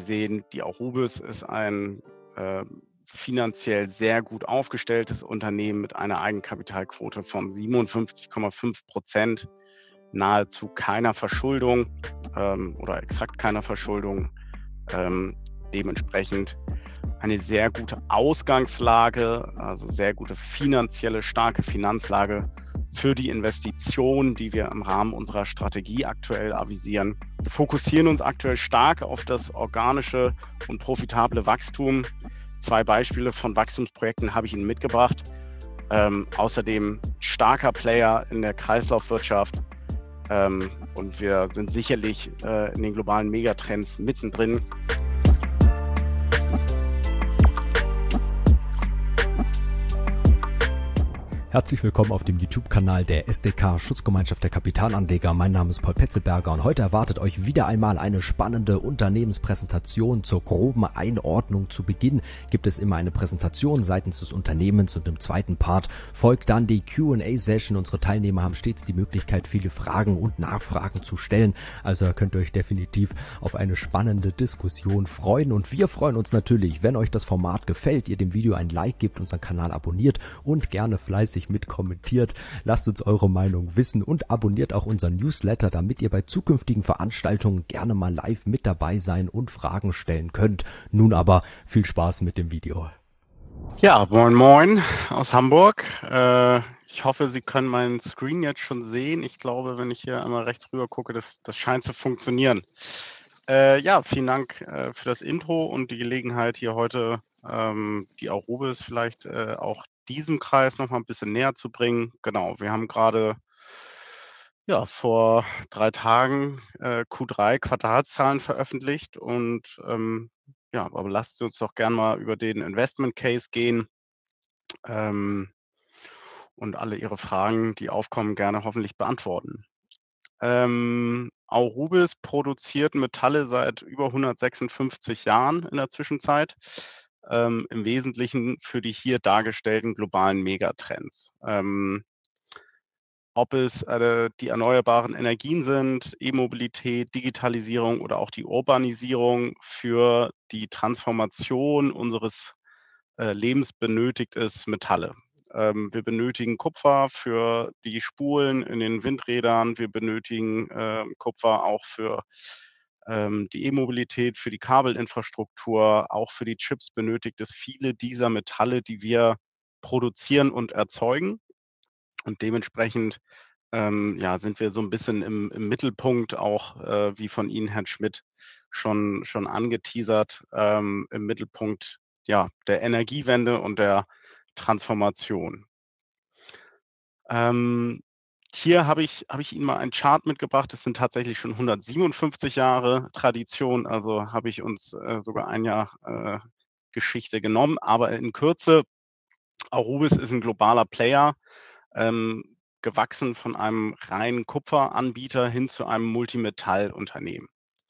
sehen, die Arubis ist ein finanziell sehr gut aufgestelltes Unternehmen mit einer Eigenkapitalquote von 57,5%, nahezu keiner Verschuldung oder exakt keiner Verschuldung. Dementsprechend eine sehr gute Ausgangslage, also sehr gute finanzielle, starke Finanzlage für die Investitionen, die wir im Rahmen unserer Strategie aktuell avisieren. Wir fokussieren uns aktuell stark auf das organische und profitable Wachstum. 2 Beispiele von Wachstumsprojekten habe ich Ihnen mitgebracht. Außerdem starker Player in der Kreislaufwirtschaft, und wir sind sicherlich in den globalen Megatrends mittendrin. Herzlich willkommen auf dem YouTube-Kanal der SDK Schutzgemeinschaft der Kapitalanleger. Mein Name ist Paul Petzelberger und heute erwartet euch wieder einmal eine spannende Unternehmenspräsentation. Zur groben Einordnung zu Beginn gibt es immer eine Präsentation seitens des Unternehmens und im zweiten Part folgt dann die Q&A-Session. Unsere Teilnehmer haben stets die Möglichkeit, viele Fragen und Nachfragen zu stellen. Also könnt ihr euch definitiv auf eine spannende Diskussion freuen und wir freuen uns natürlich, wenn euch das Format gefällt, ihr dem Video ein Like gebt, unseren Kanal abonniert und gerne fleißig mit kommentiert. Lasst uns eure Meinung wissen und abonniert auch unseren Newsletter, damit ihr bei zukünftigen Veranstaltungen gerne mal live mit dabei sein und Fragen stellen könnt. Nun aber viel Spaß mit dem Video. Ja, moin moin aus Hamburg. Ich hoffe, Sie können meinen Screen jetzt schon sehen. Ich glaube, wenn ich hier einmal rechts rüber gucke, das scheint zu funktionieren. Ja, vielen Dank für das Intro und die Gelegenheit, hier heute die Arubis vielleicht auch diesem Kreis noch mal ein bisschen näher zu bringen. Genau, wir haben gerade vor 3 Tagen Q3-Quartalszahlen veröffentlicht und aber lasst uns doch gern mal über den Investment Case gehen und alle Ihre Fragen, die aufkommen, gerne hoffentlich beantworten. Arubis produziert Metalle seit über 156 Jahren in der Zwischenzeit, im Wesentlichen für die hier dargestellten globalen Megatrends. Ob es die erneuerbaren Energien sind, E-Mobilität, Digitalisierung oder auch die Urbanisierung. Für die Transformation unseres Lebens benötigt es Metalle. Wir benötigen Kupfer für die Spulen in den Windrädern. Wir benötigen Kupfer auch für die E-Mobilität, für die Kabelinfrastruktur. Auch für die Chips benötigt es viele dieser Metalle, die wir produzieren und erzeugen. Und dementsprechend sind wir so ein bisschen im Mittelpunkt auch, wie von Ihnen, Herrn Schmidt, schon angeteasert, im Mittelpunkt, der Energiewende und der Transformation. Hier habe ich Ihnen mal einen Chart mitgebracht. Das sind tatsächlich schon 157 Jahre Tradition, also habe ich uns sogar ein Jahr Geschichte genommen. Aber in Kürze, Arubis ist ein globaler Player, gewachsen von einem reinen Kupferanbieter hin zu einem Multimetallunternehmen.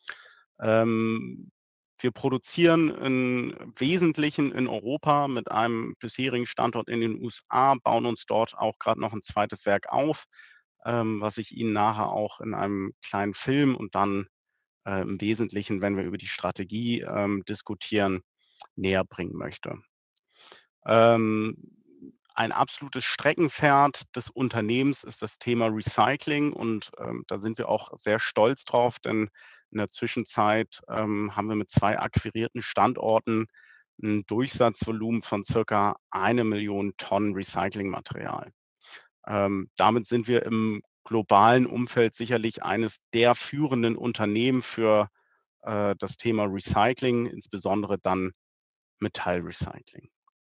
Wir produzieren im Wesentlichen in Europa mit einem bisherigen Standort in den USA, bauen uns dort auch gerade noch ein zweites Werk auf, was ich Ihnen nachher auch in einem kleinen Film und dann im Wesentlichen, wenn wir über die Strategie diskutieren, näherbringen möchte. Ähm, ein absolutes Streckenpferd des Unternehmens ist das Thema Recycling und da sind wir auch sehr stolz drauf, denn in der Zwischenzeit haben wir mit 2 akquirierten Standorten ein Durchsatzvolumen von circa 1 Million Tonnen Recyclingmaterial. Damit sind wir im globalen Umfeld sicherlich eines der führenden Unternehmen für das Thema Recycling, insbesondere dann Metallrecycling.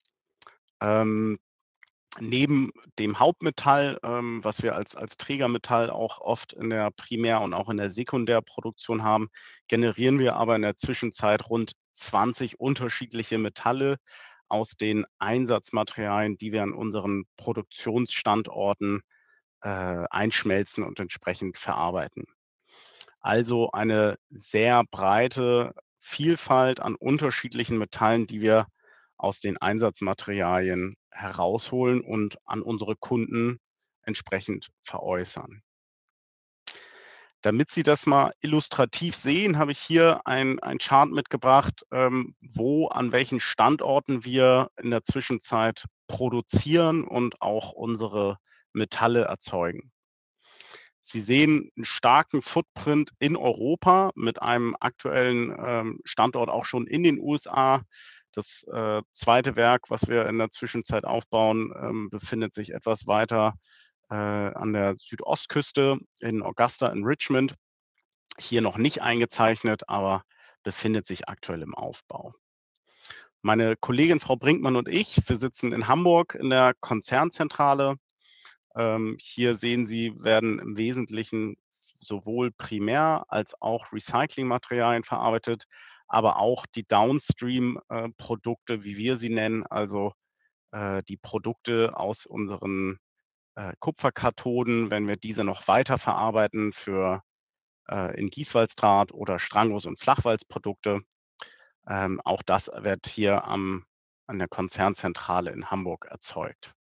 Neben dem Hauptmetall, was wir als Trägermetall auch oft in der Primär- und auch in der Sekundärproduktion haben, generieren wir aber in der Zwischenzeit rund 20 unterschiedliche Metalle aus den Einsatzmaterialien, die wir an unseren Produktionsstandorten einschmelzen und entsprechend verarbeiten. Also eine sehr breite Vielfalt an unterschiedlichen Metallen, die wir aus den Einsatzmaterialien herausholen und an unsere Kunden entsprechend veräußern. Damit Sie das mal illustrativ sehen, habe ich hier ein Chart mitgebracht, wo an welchen Standorten wir in der Zwischenzeit produzieren und auch unsere Metalle erzeugen. Sie sehen 'n starken Footprint in Europa mit einem aktuellen, Standort auch schon in den USA. Das, 2. Werk, was wir in der Zwischenzeit aufbauen, befindet sich etwas weiter, an der Südostküste in Augusta in Richmond. Hier noch nicht eingezeichnet, aber befindet sich aktuell im Aufbau. Meine Kollegin Frau Brinkmann und ich, wir sitzen in Hamburg in der Konzernzentrale. Hier sehen Sie, werden im Wesentlichen sowohl Primär- als auch Recyclingmaterialien verarbeitet, aber auch die Downstream, Produkte, wie wir sie nennen, also, die Produkte aus unseren, Kupferkathoden, wenn wir diese noch weiterverarbeiten für, in Gießwalzdraht oder Stranguss- und Flachwalzprodukte. Auch das wird hier an der Konzernzentrale in Hamburg erzeugt.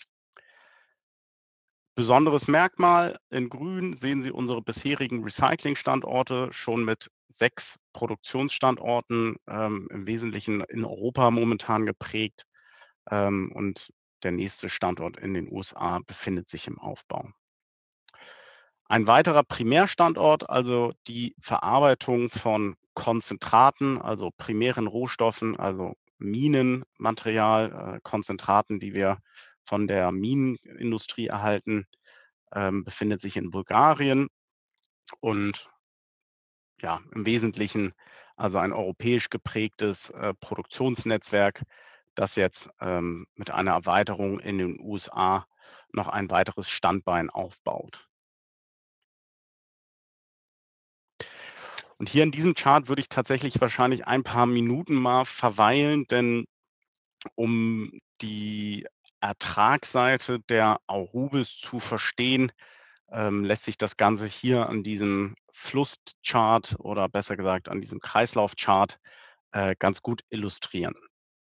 Besonderes Merkmal: In grün sehen Sie unsere bisherigen Recyclingstandorte schon mit 6 Produktionsstandorten, im Wesentlichen in Europa momentan geprägt, und der nächste Standort in den USA befindet sich im Aufbau. Ein weiterer Primärstandort, also die Verarbeitung von Konzentraten, also primären Rohstoffen, also Minenmaterial, Konzentraten, die wir von der Minenindustrie erhalten, befindet sich in Bulgarien und ja, im Wesentlichen also ein europäisch geprägtes, Produktionsnetzwerk, das jetzt, mit einer Erweiterung in den USA noch ein weiteres Standbein aufbaut. Und hier in diesem Chart würde ich tatsächlich wahrscheinlich ein paar Minuten mal verweilen, denn um die Ertragsseite der Arubis zu verstehen, lässt sich das Ganze hier an diesem Flusschart oder besser gesagt an diesem Kreislaufchart, ganz gut illustrieren.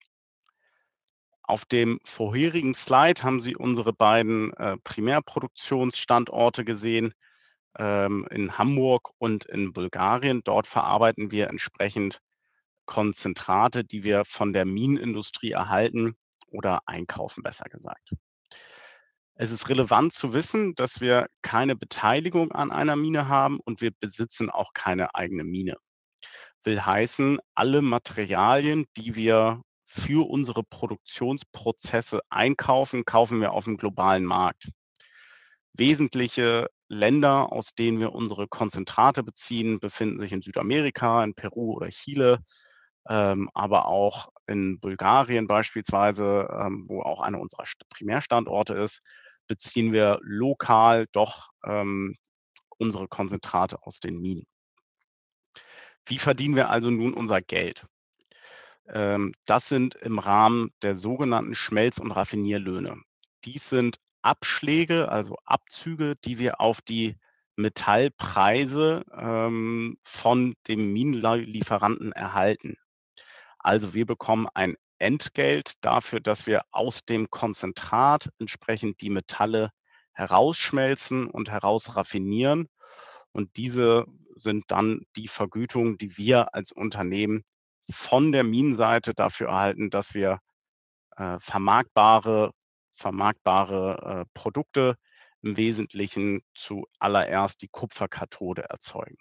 Auf dem vorherigen Slide haben Sie unsere beiden, Primärproduktionsstandorte gesehen, in Hamburg und in Bulgarien. Dort verarbeiten wir entsprechend Konzentrate, die wir von der Minenindustrie erhalten oder einkaufen, besser gesagt. Es ist relevant zu wissen, dass wir keine Beteiligung an einer Mine haben und wir besitzen auch keine eigene Mine. Will heißen, alle Materialien, die wir für unsere Produktionsprozesse einkaufen, kaufen wir auf dem globalen Markt. Wesentliche Länder, aus denen wir unsere Konzentrate beziehen, befinden sich in Südamerika, in Peru oder Chile, aber auch in Bulgarien beispielsweise, wo auch einer unserer Primärstandorte ist, beziehen wir lokal doch unsere Konzentrate aus den Minen. Wie verdienen wir also nun unser Geld? Das sind im Rahmen der sogenannten Schmelz- und Raffinierlöhne. Dies sind Abschläge, also Abzüge, die wir auf die Metallpreise, von dem Minenlieferanten erhalten. Also wir bekommen ein Entgelt dafür, dass wir aus dem Konzentrat entsprechend die Metalle herausschmelzen und herausraffinieren. Und diese sind dann die Vergütung, die wir als Unternehmen von der Minenseite dafür erhalten, dass wir, vermarktbare, Produkte, im Wesentlichen zuallererst die Kupferkathode erzeugen.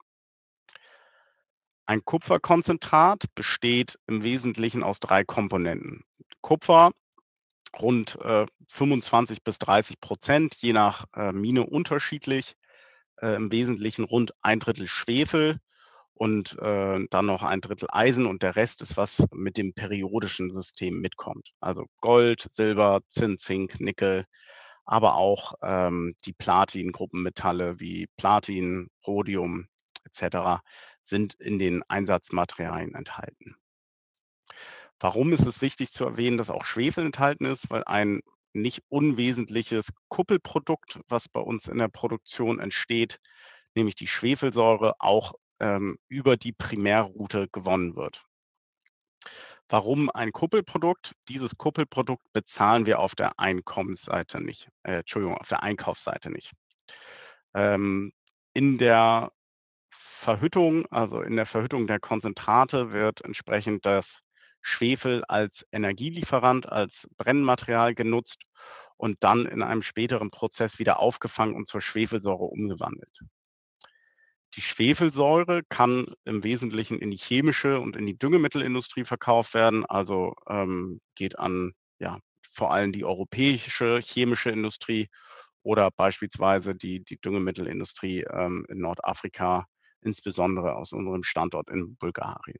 Ein Kupferkonzentrat besteht im Wesentlichen aus 3 Komponenten. Kupfer, rund, 25 bis 30%, je nach, Mine unterschiedlich, im Wesentlichen rund 1/3 Schwefel und, dann noch 1/3 Eisen und der Rest ist, was mit dem periodischen System mitkommt. Also Gold, Silber, Zinn, Zink, Nickel, aber auch, die Platin-Gruppenmetalle wie Platin, Rhodium et cetera sind in den Einsatzmaterialien enthalten. Warum ist es wichtig zu erwähnen, dass auch Schwefel enthalten ist? Weil ein nicht unwesentliches Kuppelprodukt, was bei uns in der Produktion entsteht, nämlich die Schwefelsäure, auch, über die Primärroute gewonnen wird. Warum ein Kuppelprodukt? Dieses Kuppelprodukt bezahlen wir auf der Einkommensseite nicht Entschuldigung, auf der Einkaufsseite nicht. Ähm, In der Verhüttung, also in der Verhüttung der Konzentrate, wird entsprechend das Schwefel als Energielieferant, als Brennmaterial genutzt und dann in einem späteren Prozess wieder aufgefangen und zur Schwefelsäure umgewandelt. Die Schwefelsäure kann im Wesentlichen in die chemische und in die Düngemittelindustrie verkauft werden, also geht an ja, vor allem die europäische chemische Industrie oder beispielsweise die Düngemittelindustrie in Nordafrika, insbesondere aus unserem Standort in Bulgarien.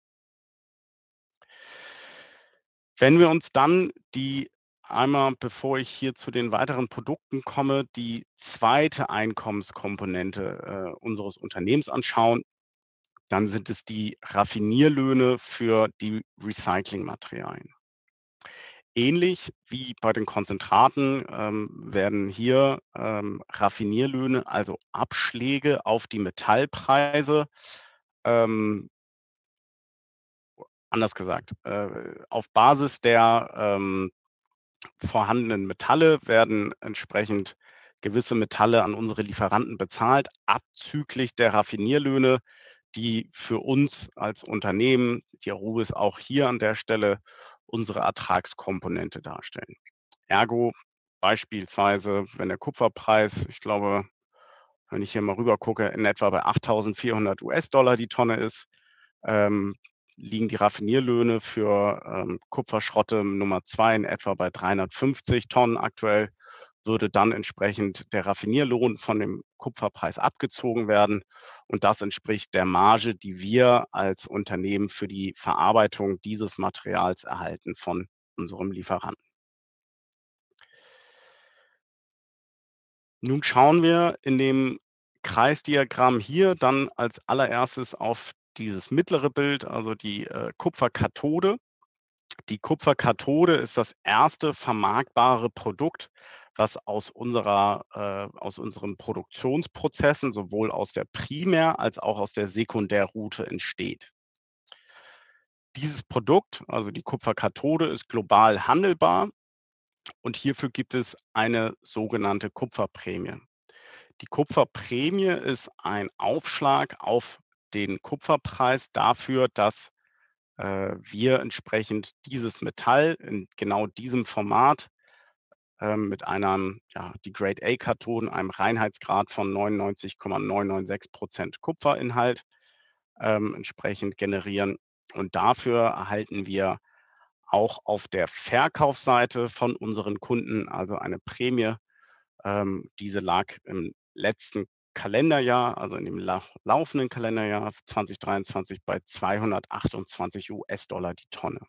Wenn wir uns dann einmal, bevor ich hier zu den weiteren Produkten komme, die zweite Einkommenskomponente unseres Unternehmens anschauen, dann sind es die Raffinierlöhne für die Recyclingmaterialien. Ähnlich wie bei den Konzentraten werden hier Raffinierlöhne, also Abschläge auf die Metallpreise, ähm, anders gesagt, auf Basis der vorhandenen Metalle werden entsprechend gewisse Metalle an unsere Lieferanten bezahlt, abzüglich der Raffinierlöhne, die für uns als Unternehmen, die Arubis auch hier an der Stelle, unsere Ertragskomponente darstellen. Ergo beispielsweise, wenn der Kupferpreis, ich glaube, wenn ich hier mal rüber gucke, in etwa bei 8.400 US-Dollar die Tonne ist, ähm, liegen die Raffinierlöhne für Kupferschrotte Nummer 2 in etwa bei 350 Tonnen aktuell, würde dann entsprechend der Raffinierlohn von dem Kupferpreis abgezogen werden. Und das entspricht der Marge, die wir als Unternehmen für die Verarbeitung dieses Materials erhalten von unserem Lieferanten. Nun schauen wir in dem Kreisdiagramm hier dann als allererstes auf dieses mittlere Bild, also die Kupferkathode. Die Kupferkathode ist das erste vermarktbare Produkt, was aus unseren Produktionsprozessen, sowohl aus der Primär- als auch aus der Sekundärroute entsteht. Dieses Produkt, also die Kupferkathode, ist global handelbar und hierfür gibt es eine sogenannte Kupferprämie. Die Kupferprämie ist ein Aufschlag auf den Kupferpreis dafür, dass wir entsprechend dieses Metall in genau diesem Format mit einem, ja, die Grade A-Kathoden, einem Reinheitsgrad von 99,996% Kupferinhalt entsprechend generieren. Und dafür erhalten wir auch auf der Verkaufsseite von unseren Kunden also eine Prämie. Diese lag im letzten Kalenderjahr, also in dem laufenden Kalenderjahr 2023 bei 228 US-Dollar die Tonne.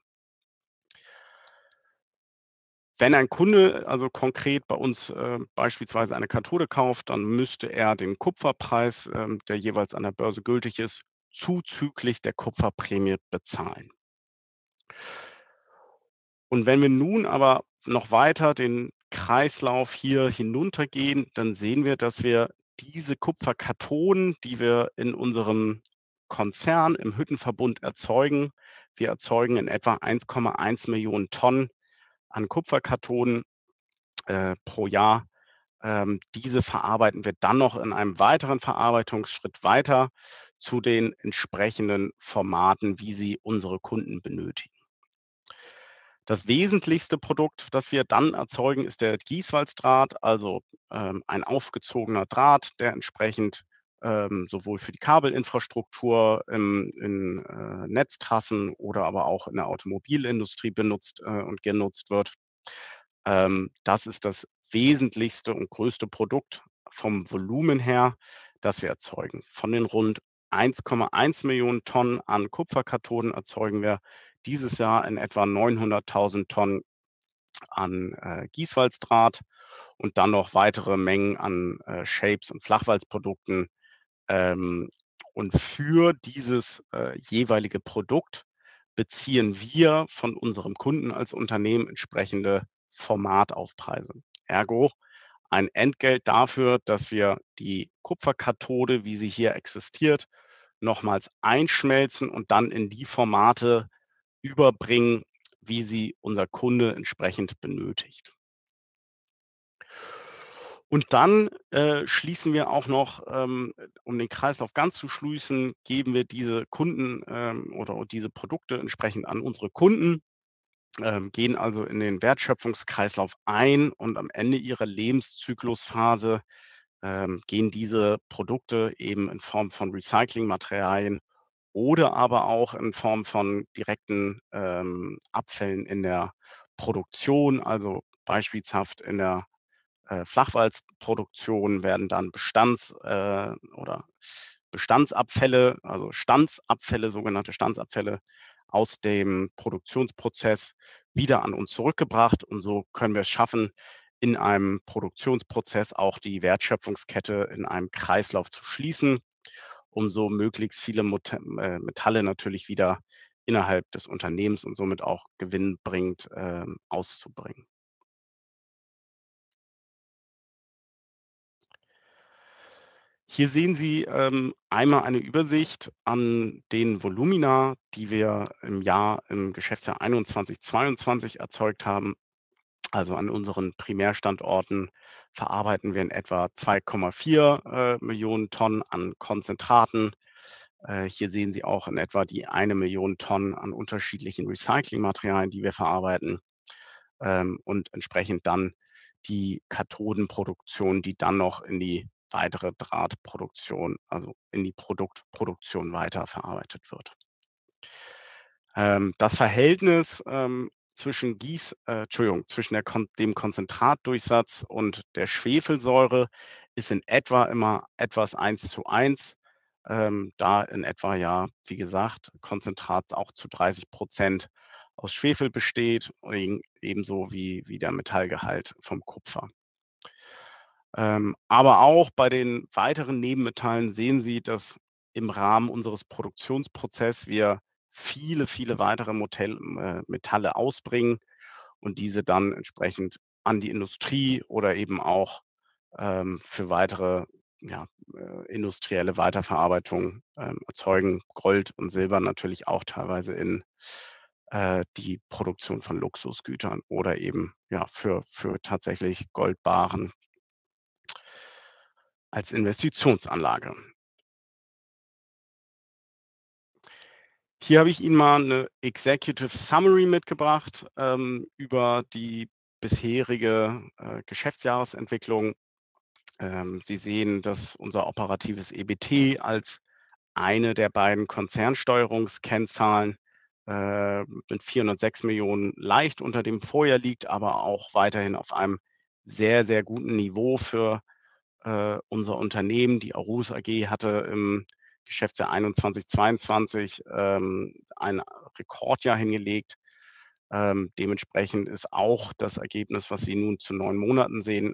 Wenn ein Kunde also konkret bei uns beispielsweise eine Kathode kauft, dann müsste er den Kupferpreis, der jeweils an der Börse gültig ist, zuzüglich der Kupferprämie bezahlen. Und wenn wir nun aber noch weiter den Kreislauf hier hinuntergehen, dann sehen wir, dass wir diese Kupferkathoden, die wir in unserem Konzern im Hüttenverbund erzeugen, wir erzeugen in etwa 1,1 Millionen Tonnen an Kupferkathoden pro Jahr. Diese verarbeiten wir dann noch in einem weiteren Verarbeitungsschritt weiter zu den entsprechenden Formaten, wie sie unsere Kunden benötigen. Das wesentlichste Produkt, das wir dann erzeugen, ist der Gießwalzdraht, also ein aufgezogener Draht, der entsprechend sowohl für die Kabelinfrastruktur in Netztrassen oder aber auch in der Automobilindustrie benutzt und genutzt wird. Das ist das wesentlichste und größte Produkt vom Volumen her, das wir erzeugen. Von den rund 1,1 Millionen Tonnen an Kupferkathoden erzeugen wir dieses Jahr in etwa 900.000 Tonnen an Gießwalzdraht und dann noch weitere Mengen an Shapes und Flachwalzprodukten. Und für dieses jeweilige Produkt beziehen wir von unserem Kunden als Unternehmen entsprechende Formataufpreise. Ergo ein Entgelt dafür, dass wir die Kupferkathode, wie sie hier existiert, nochmals einschmelzen und dann in die Formate überbringen, wie sie unser Kunde entsprechend benötigt. Und dann, schließen wir auch noch, um den Kreislauf ganz zu schließen, geben wir diese Kunden, oder diese Produkte entsprechend an unsere Kunden, gehen also in den Wertschöpfungskreislauf ein und am Ende ihrer Lebenszyklusphase, gehen diese Produkte eben in Form von Recyclingmaterialien oder aber auch in Form von direkten, Abfällen in der Produktion, also beispielshaft in der Flachwaldsproduktion werden dann oder Bestandsabfälle, also Standsabfälle, sogenannte Standsabfälle aus dem Produktionsprozess wieder an uns zurückgebracht. Und so können wir es schaffen, in einem Produktionsprozess auch die Wertschöpfungskette in einem Kreislauf zu schließen, um so möglichst viele Metalle natürlich wieder innerhalb des Unternehmens und somit auch gewinnbringend, auszubringen. Hier sehen Sie, einmal eine Übersicht an den Volumina, die wir im Geschäftsjahr 21, 22 erzeugt haben. Also an unseren Primärstandorten verarbeiten wir in etwa 2,4 Millionen Tonnen an Konzentraten. Hier sehen Sie auch in etwa die 1 Million Tonnen an unterschiedlichen Recyclingmaterialien, die wir verarbeiten, und entsprechend dann die Kathodenproduktion, die dann noch in die weitere Drahtproduktion, also in die Produktproduktion weiterverarbeitet wird. Das Verhältnis, zwischen dem Konzentratdurchsatz und der Schwefelsäure ist in etwa immer etwas 1:1, da in etwa ja, wie gesagt, Konzentrat auch zu 30% aus Schwefel besteht, ebenso wie der Metallgehalt vom Kupfer. Aber auch bei den weiteren Nebenmetallen sehen Sie, dass im Rahmen unseres Produktionsprozess wir viele weitere Metalle ausbringen und diese dann entsprechend an die Industrie oder eben auch, für weitere, ja, industrielle Weiterverarbeitung, erzeugen. Gold und Silber natürlich auch teilweise in, die Produktion von Luxusgütern oder eben, ja, für tatsächlich Goldbarren als Investitionsanlage. Hier habe ich Ihnen mal eine Executive Summary mitgebracht, über die bisherige, Geschäftsjahresentwicklung. Sie sehen, dass unser operatives EBT als eine der beiden Konzernsteuerungskennzahlen, mit 406 Millionen leicht unter dem Vorjahr liegt, aber auch weiterhin auf einem sehr guten Niveau für unser Unternehmen. Die Aurus AG hatte im Geschäftsjahr 21, 22 ein Rekordjahr hingelegt. Dementsprechend ist auch das Ergebnis, was Sie nun zu 9 Monaten sehen,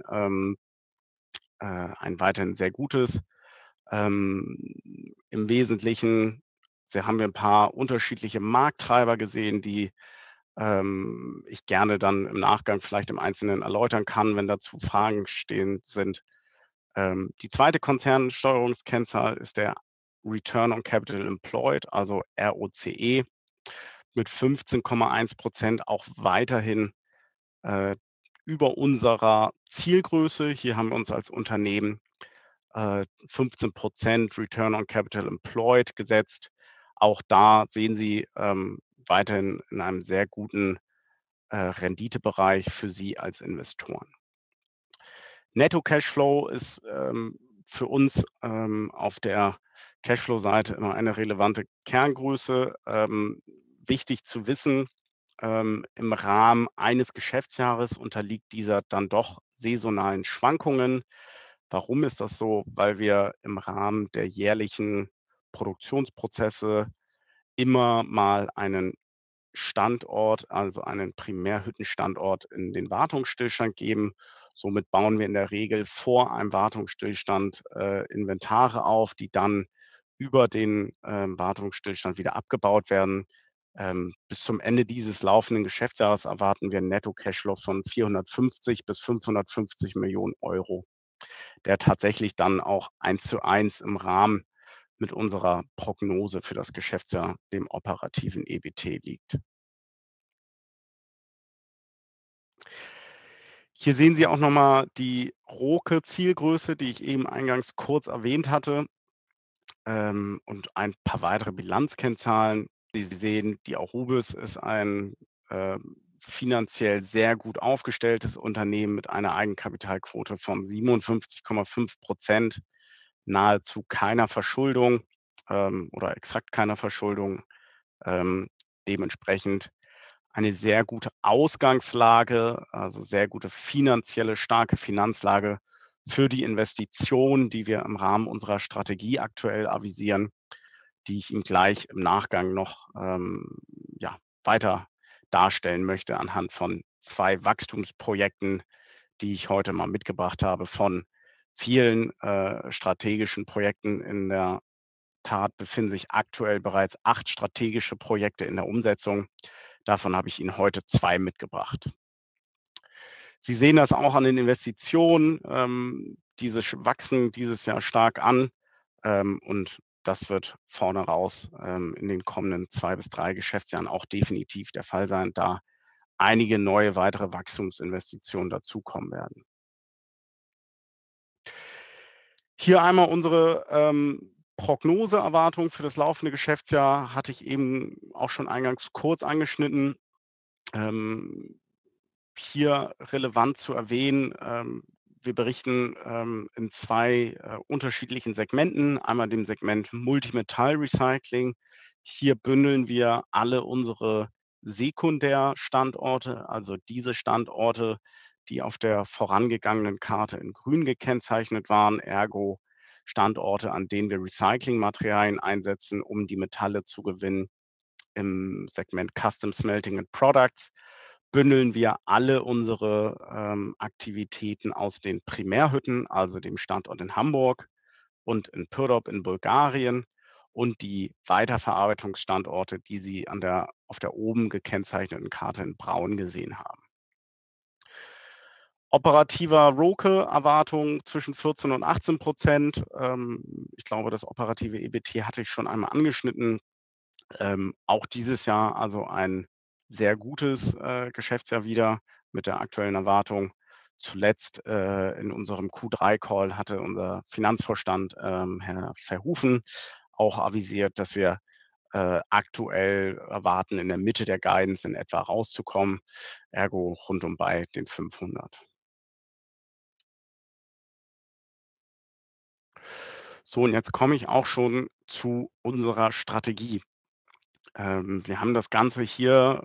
ein weiterhin sehr gutes. Im Wesentlichen haben wir ein paar unterschiedliche Markttreiber gesehen, die, ich gerne dann im Nachgang vielleicht im Einzelnen erläutern kann, wenn dazu Fragen stehend sind. Die zweite Konzernsteuerungskennzahl ist der Return on Capital Employed, also ROCE, mit 15,1% auch weiterhin äh, über unserer Zielgröße. Hier haben wir uns als Unternehmen 15% Return on Capital Employed gesetzt. Auch da sehen Sie weiterhin in einem sehr guten Renditebereich für Sie als Investoren. Netto-Cashflow ist, für uns, auf der Cashflow-Seite immer eine relevante Kerngröße. Wichtig zu wissen, im Rahmen eines Geschäftsjahres unterliegt dieser dann doch saisonalen Schwankungen. Warum ist das so? Weil wir im Rahmen der jährlichen Produktionsprozesse immer mal einen Standort, also einen Primärhüttenstandort in den Wartungsstillstand geben. Somit bauen wir in der Regel vor einem Wartungsstillstand, Inventare auf, die dann über den, Wartungsstillstand wieder abgebaut werden. Bis zum Ende dieses laufenden Geschäftsjahres erwarten wir 'n Netto-Cashflow von 450 bis 550 Millionen Euro, der tatsächlich dann auch 1:1 im Rahmen mit unserer Prognose für das Geschäftsjahr, dem operativen EBT liegt. Hier sehen Sie auch noch mal die ROCE-Zielgröße, die ich eben eingangs kurz erwähnt hatte, und ein paar weitere Bilanzkennzahlen. Wie Sie sehen, die Arubis ist ein, finanziell sehr gut aufgestelltes Unternehmen mit einer Eigenkapitalquote von 57,5%, nahezu keiner Verschuldung, oder exakt keiner Verschuldung. Ähm, Dementsprechend eine sehr gute Ausgangslage, also sehr gute finanzielle, starke Finanzlage für die Investition, die wir im Rahmen unserer Strategie aktuell avisieren, die ich Ihnen gleich im Nachgang noch, ja, weiter darstellen möchte anhand von 2 Wachstumsprojekten, die ich heute mal mitgebracht habe. Von vielen, strategischen Projekten in der Tat befinden sich aktuell bereits 8 strategische Projekte in der Umsetzung. Davon habe ich Ihnen heute 2 mitgebracht. Sie sehen das auch an den Investitionen. Diese wachsen dieses Jahr stark an, und das wird vorne raus, in den kommenden 2 bis 3 Geschäftsjahren auch definitiv der Fall sein, da einige neue weitere Wachstumsinvestitionen dazukommen werden. Hier einmal unsere, Prognoseerwartung für das laufende Geschäftsjahr hatte ich eben auch schon eingangs kurz angeschnitten. Ähm, Hier relevant zu erwähnen, wir berichten, in 2 unterschiedlichen Segmenten. Einmal dem Segment Multimetallrecycling. Hier bündeln wir alle unsere Sekundärstandorte, also diese Standorte, die auf der vorangegangenen Karte in grün gekennzeichnet waren, ergo Standorte, an denen wir Recyclingmaterialien einsetzen, um die Metalle zu gewinnen. Im Segment Custom Smelting and Products bündeln wir alle unsere, Aktivitäten aus den Primärhütten, also dem Standort in Hamburg und in Pürdop in Bulgarien, und die Weiterverarbeitungsstandorte, die Sie auf der oben gekennzeichneten Karte in braun gesehen haben. Operativer ROCE-Erwartung zwischen 14 und 18%. Ich glaube, das operative EBT hatte ich schon einmal angeschnitten. Auch dieses Jahr also ein sehr gutes, Geschäftsjahr wieder mit der aktuellen Erwartung. Zuletzt, in unserem Q3-Call hatte unser Finanzvorstand, Herr Verhoeven, auch avisiert, dass wir, aktuell erwarten, in der Mitte der Guidance in etwa rauszukommen, ergo rund um bei den 500. So, und jetzt komme ich auch schon zu unserer Strategie. Wir haben das Ganze hier,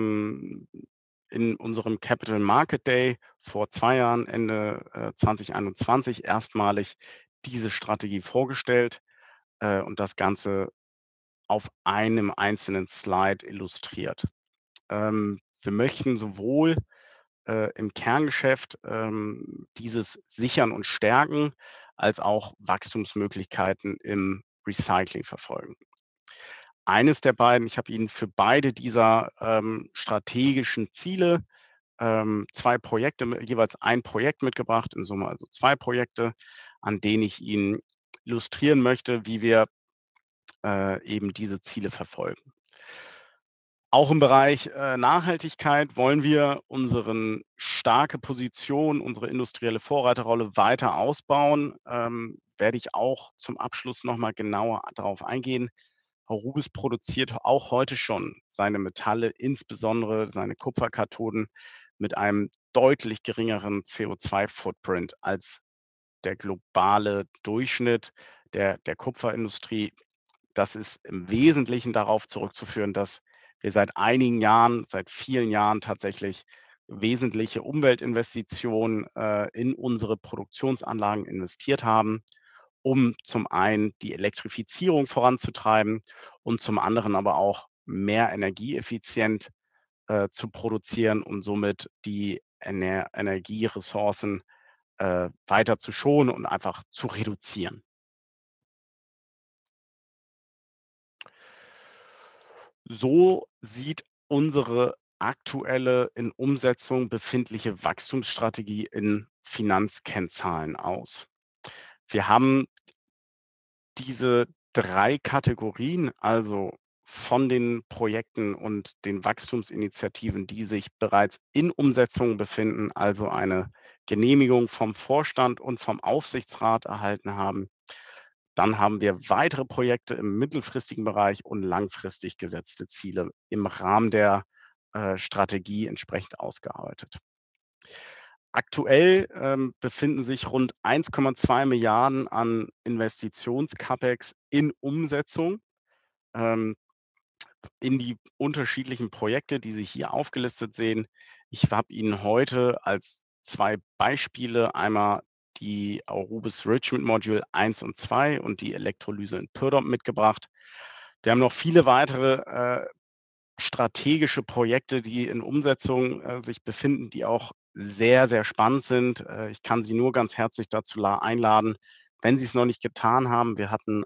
in unserem Capital Market Day vor 2 Jahren, Ende, 2021 erstmalig diese Strategie vorgestellt, und das Ganze auf einem einzelnen Slide illustriert. Wir möchten sowohl, im Kerngeschäft, dieses sichern und stärken, als auch Wachstumsmöglichkeiten im Recycling verfolgen. Eines der beiden, ich habe Ihnen für beide dieser, strategischen Ziele, 2 Projekte, jeweils ein Projekt mitgebracht, in Summe also 2 Projekte, an denen ich Ihnen illustrieren möchte, wie wir, eben diese Ziele verfolgen. Auch im Bereich, Nachhaltigkeit wollen wir unseren starke Position, unsere industrielle Vorreiterrolle weiter ausbauen. Werde ich auch zum Abschluss noch mal genauer darauf eingehen. Aurubis produziert auch heute schon seine Metalle, insbesondere seine Kupferkathoden, mit einem deutlich geringeren CO2-Footprint als der globale Durchschnitt der Kupferindustrie. Das ist im Wesentlichen darauf zurückzuführen, dass wir seit einigen Jahren, seit vielen Jahren tatsächlich wesentliche Umweltinvestitionen, in unsere Produktionsanlagen investiert haben, um zum einen die Elektrifizierung voranzutreiben und zum anderen aber auch mehr energieeffizient, zu produzieren und somit die Energieressourcen, weiter zu schonen und einfach zu reduzieren. So sieht unsere aktuelle in Umsetzung befindliche Wachstumsstrategie in Finanzkennzahlen aus. Wir haben diese 3 Kategorien, also von den Projekten und den Wachstumsinitiativen, die sich bereits in Umsetzung befinden, also eine Genehmigung vom Vorstand und vom Aufsichtsrat erhalten haben. Dann haben wir weitere Projekte im mittelfristigen Bereich und langfristig gesetzte Ziele im Rahmen der Strategie entsprechend ausgearbeitet. Aktuell befinden sich rund 1,2 Milliarden an Investitions-CapEx in Umsetzung in die unterschiedlichen Projekte, die Sie hier aufgelistet sehen. Ich habe Ihnen heute als 2 Beispiele einmal die Aurubis Richmond Module 1 und 2 und die Elektrolyse in Purdom mitgebracht. Wir haben noch viele weitere strategische Projekte, die in Umsetzung sich befinden, die auch sehr, sehr spannend sind. Ich kann Sie nur ganz herzlich dazu einladen, wenn Sie es noch nicht getan haben. Wir hatten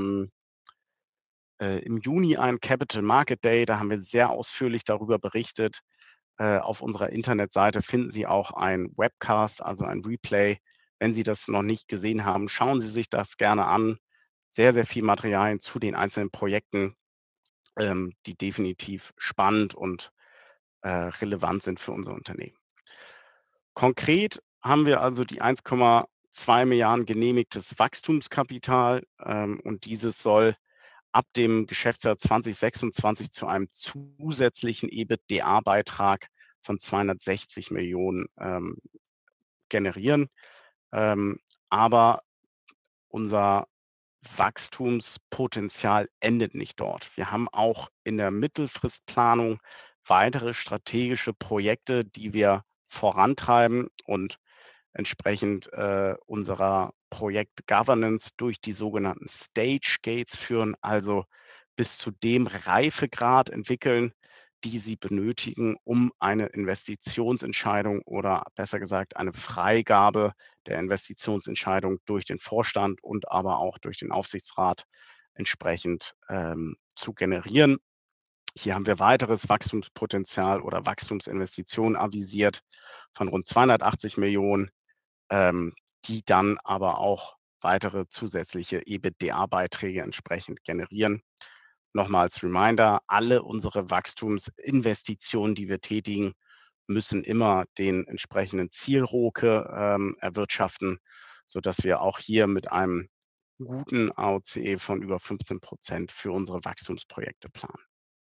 im Juni einen Capital Market Day, da haben wir sehr ausführlich darüber berichtet. Auf unserer Internetseite finden Sie auch ein Webcast, also ein Replay. Wenn Sie das noch nicht gesehen haben, schauen Sie sich das gerne an. Sehr, sehr viel Materialien zu den einzelnen Projekten, die definitiv spannend und relevant sind für unser Unternehmen. Konkret haben wir also die 1,2 Milliarden genehmigtes Wachstumskapital und dieses soll ab dem Geschäftsjahr 2026 zu einem zusätzlichen EBITDA-Beitrag von 260 Millionen generieren. Aber unser Wachstumspotenzial endet nicht dort. Wir haben auch in der Mittelfristplanung weitere strategische Projekte, die wir vorantreiben und entsprechend unserer Projekt-Governance durch die sogenannten Stage Gates führen, also bis zu dem Reifegrad entwickeln, die Sie benötigen, um eine Investitionsentscheidung oder besser gesagt eine Freigabe der Investitionsentscheidung durch den Vorstand und aber auch durch den Aufsichtsrat entsprechend zu generieren. Hier haben wir weiteres Wachstumspotenzial oder Wachstumsinvestitionen avisiert von rund 280 Millionen, die dann aber auch weitere zusätzliche EBITDA-Beiträge entsprechend generieren. Nochmal als Reminder, alle unsere Wachstumsinvestitionen, die wir tätigen, müssen immer den entsprechenden Ziel-ROCE erwirtschaften, sodass wir auch hier mit einem guten AOCE von über 15% für unsere Wachstumsprojekte planen.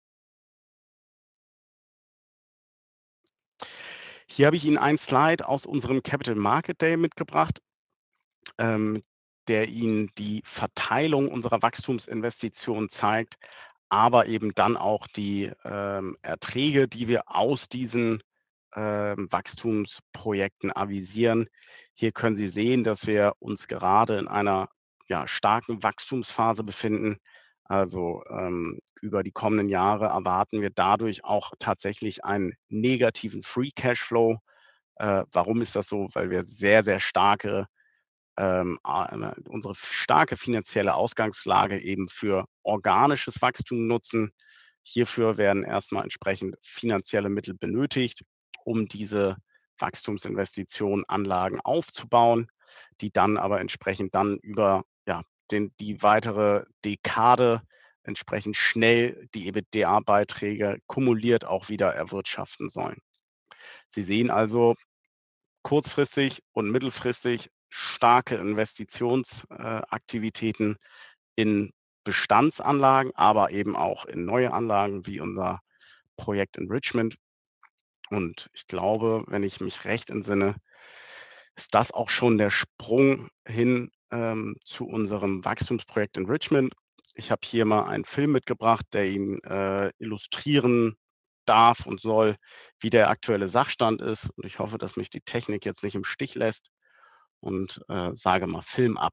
Hier habe ich Ihnen einen Slide aus unserem Capital Market Day mitgebracht, der Ihnen die Verteilung unserer Wachstumsinvestitionen zeigt, aber eben dann auch die Erträge, die wir aus diesen Wachstumsprojekten avisieren. Hier können Sie sehen, dass wir uns gerade in einer starken Wachstumsphase befinden. Also über die kommenden Jahre erwarten wir dadurch auch tatsächlich einen negativen Free Cashflow. Warum ist das so? Weil wir sehr, sehr starke unsere starke finanzielle Ausgangslage eben für organisches Wachstum nutzen. Hierfür werden erstmal entsprechend finanzielle Mittel benötigt, um diese Wachstumsinvestitionen, Anlagen aufzubauen, die dann aber entsprechend dann über die weitere Dekade entsprechend schnell die EBITDA-Beiträge kumuliert auch wieder erwirtschaften sollen. Sie sehen also kurzfristig und mittelfristig starke Investitionsaktivitäten in Bestandsanlagen, aber eben auch in neue Anlagen wie unser Projekt in Richmond. Und ich glaube, wenn ich mich recht entsinne, ist das auch schon der Sprung hin zu unserem Wachstumsprojekt in Richmond. Ich habe hier mal einen Film mitgebracht, der Ihnen illustrieren darf und soll, wie der aktuelle Sachstand ist. Und ich hoffe, dass mich die Technik jetzt nicht im Stich lässt und sage mal Film ab.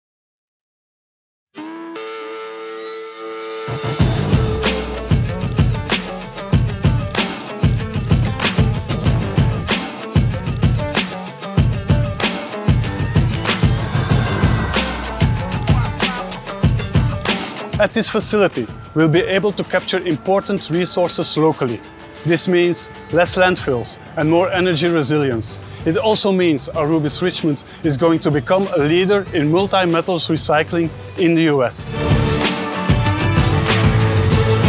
At this facility, we'll be able to capture important resources locally. This means less landfills and more energy resilience. It also means Aurubis Richmond is going to become a leader in multi-metals recycling in the US.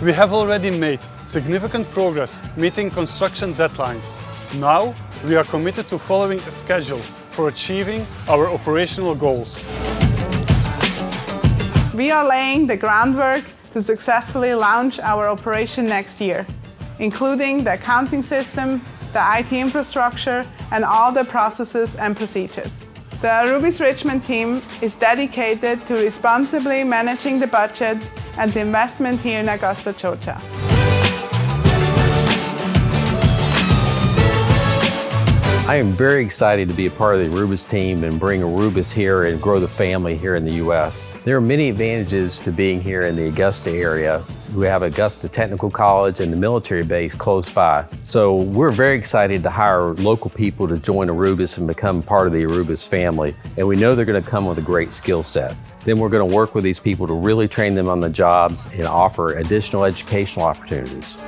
We have already made significant progress meeting construction deadlines. Now, we are committed to following a schedule for achieving our operational goals. We are laying the groundwork to successfully launch our operation next year, including the accounting system, the IT infrastructure, and all the processes and procedures. The Arubis Richmond team is dedicated to responsibly managing the budget and the investment here in Augusta, Georgia. I am very excited to be a part of the Arubis team and bring Arubis here and grow the family here in the U.S. There are many advantages to being here in the Augusta area. We have Augusta Technical College and the military base close by. So we're very excited to hire local people to join Arubis and become part of the Arubis family. And we know they're going to come with a great skill set. Then we're going to work with these people to really train them on the jobs and offer additional educational opportunities.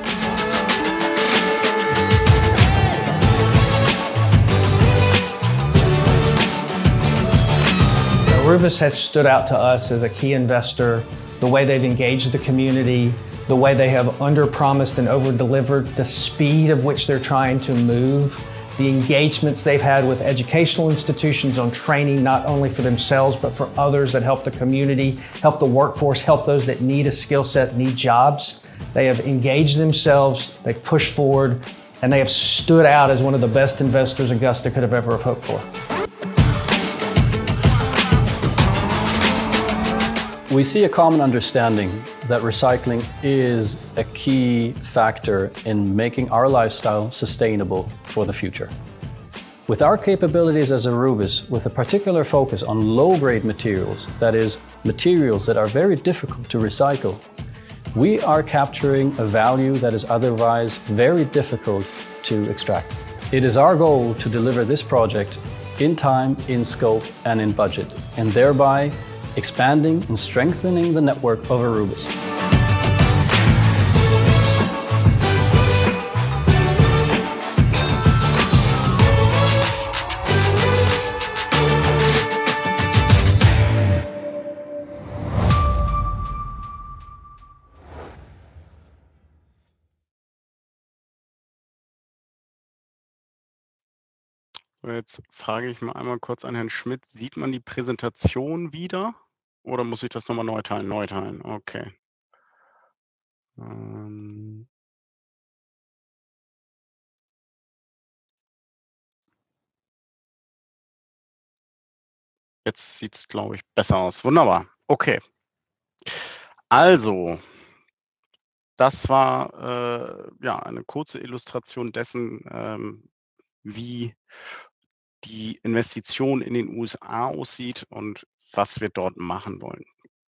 Arubis has stood out to us as a key investor, the way they've engaged the community, the way they have under-promised and over-delivered, the speed of which they're trying to move, the engagements they've had with educational institutions on training not only for themselves but for others that help the community, help the workforce, help those that need a skill set, need jobs. They have engaged themselves, they've pushed forward, and they have stood out as one of the best investors Augusta could have ever have hoped for. We see a common understanding that recycling is a key factor in making our lifestyle sustainable for the future. With our capabilities as Arubis, with a particular focus on low-grade materials, that is, materials that are very difficult to recycle, we are capturing a value that is otherwise very difficult to extract. It is our goal to deliver this project in time, in scope, and in budget, and thereby expanding and strengthening the network of Arubis. Jetzt frage ich mal einmal kurz an Herrn Schmidt, sieht man die Präsentation wieder oder muss ich das nochmal neu teilen? Neu teilen, okay. Jetzt sieht es, glaube ich, besser aus. Wunderbar, okay. Also, das war ja eine kurze Illustration dessen, wie die Investition in den USA aussieht und was wir dort machen wollen.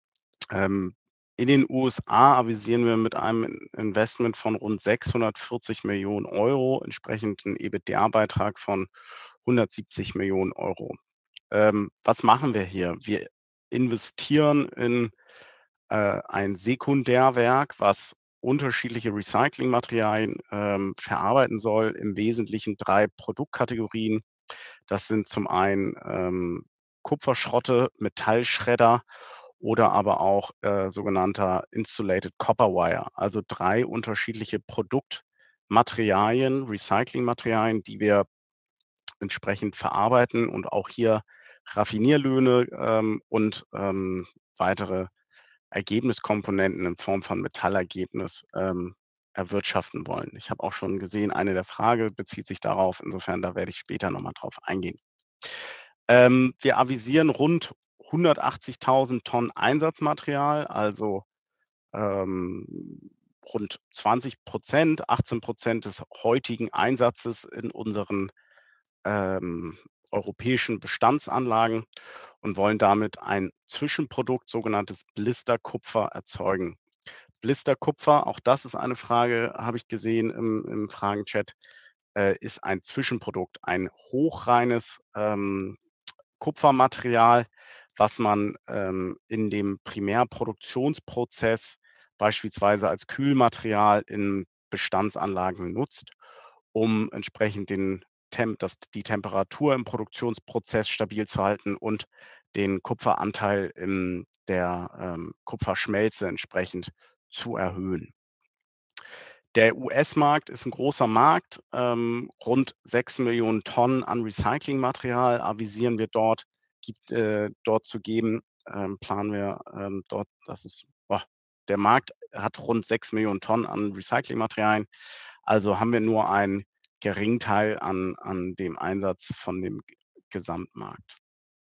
In den USA avisieren wir mit einem Investment von rund 640 Millionen Euro, entsprechend einen EBITDA-Beitrag von 170 Millionen Euro. Was machen wir hier? Wir investieren in ein Sekundärwerk, was unterschiedliche Recyclingmaterialien verarbeiten soll, im Wesentlichen 3 Produktkategorien. Das sind zum einen Kupferschrotte, Metallschredder oder aber auch sogenannter Insulated Copper Wire, also 3 unterschiedliche Produktmaterialien, Recyclingmaterialien, die wir entsprechend verarbeiten und auch hier Raffinierlöhne und weitere Ergebniskomponenten in Form von Metallergebnis erwirtschaften wollen. Ich habe auch schon gesehen, eine der Fragen bezieht sich darauf. Insofern, da werde ich später nochmal drauf eingehen. Wir avisieren rund 180.000 Tonnen Einsatzmaterial, also rund 20%, 18% des heutigen Einsatzes in unseren europäischen Bestandsanlagen und wollen damit ein Zwischenprodukt, sogenanntes Blisterkupfer, erzeugen. Blisterkupfer, auch das ist eine Frage, habe ich gesehen im Fragenchat, ist ein Zwischenprodukt, ein hochreines Kupfermaterial, was man in dem Primärproduktionsprozess beispielsweise als Kühlmaterial in Bestandsanlagen nutzt, um entsprechend die Temperatur im Produktionsprozess stabil zu halten und den Kupferanteil in der Kupferschmelze entsprechend zu erhöhen. Der US-Markt ist ein großer Markt, rund 6 Millionen Tonnen an Recyclingmaterial avisieren wir dort zu geben, planen wir, dort, der Markt hat rund 6 Millionen Tonnen an Recyclingmaterialien, also haben wir nur einen geringen Teil an dem Einsatz von dem Gesamtmarkt.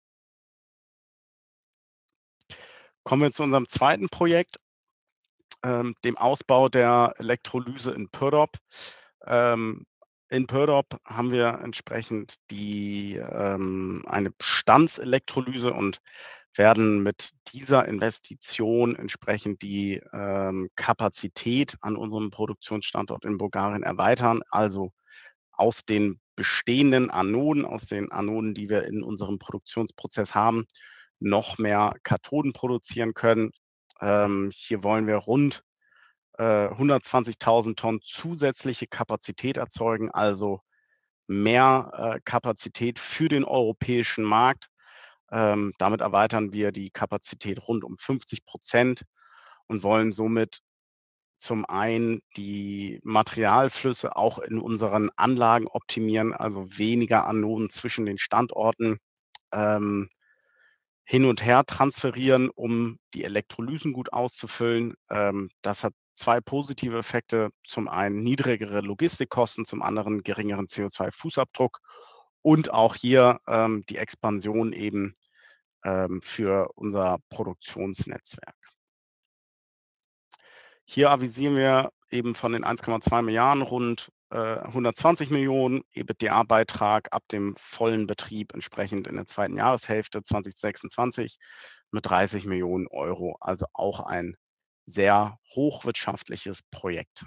Kommen wir zu unserem zweiten Projekt, dem Ausbau der Elektrolyse in Pürdop. In Pürdop haben wir entsprechend eine Bestandselektrolyse und werden mit dieser Investition entsprechend die Kapazität an unserem Produktionsstandort in Bulgarien erweitern. Also aus den bestehenden Anoden, aus den Anoden, die wir in unserem Produktionsprozess haben, noch mehr Kathoden produzieren können. Hier wollen wir rund 120.000 Tonnen zusätzliche Kapazität erzeugen, also mehr Kapazität für den europäischen Markt. Damit erweitern wir die Kapazität rund um 50% und wollen somit zum einen die Materialflüsse auch in unseren Anlagen optimieren, also weniger Anoden zwischen den Standorten hin und her transferieren, um die Elektrolysen gut auszufüllen. Das hat zwei positive Effekte. Zum einen niedrigere Logistikkosten, zum anderen geringeren CO2-Fußabdruck und auch hier die Expansion eben für unser Produktionsnetzwerk. Hier avisieren wir eben von den 1,2 Milliarden rund 120 Millionen EBITDA-Beitrag ab dem vollen Betrieb entsprechend in der zweiten Jahreshälfte 2026 mit 30 Millionen Euro. Also auch ein sehr hochwirtschaftliches Projekt.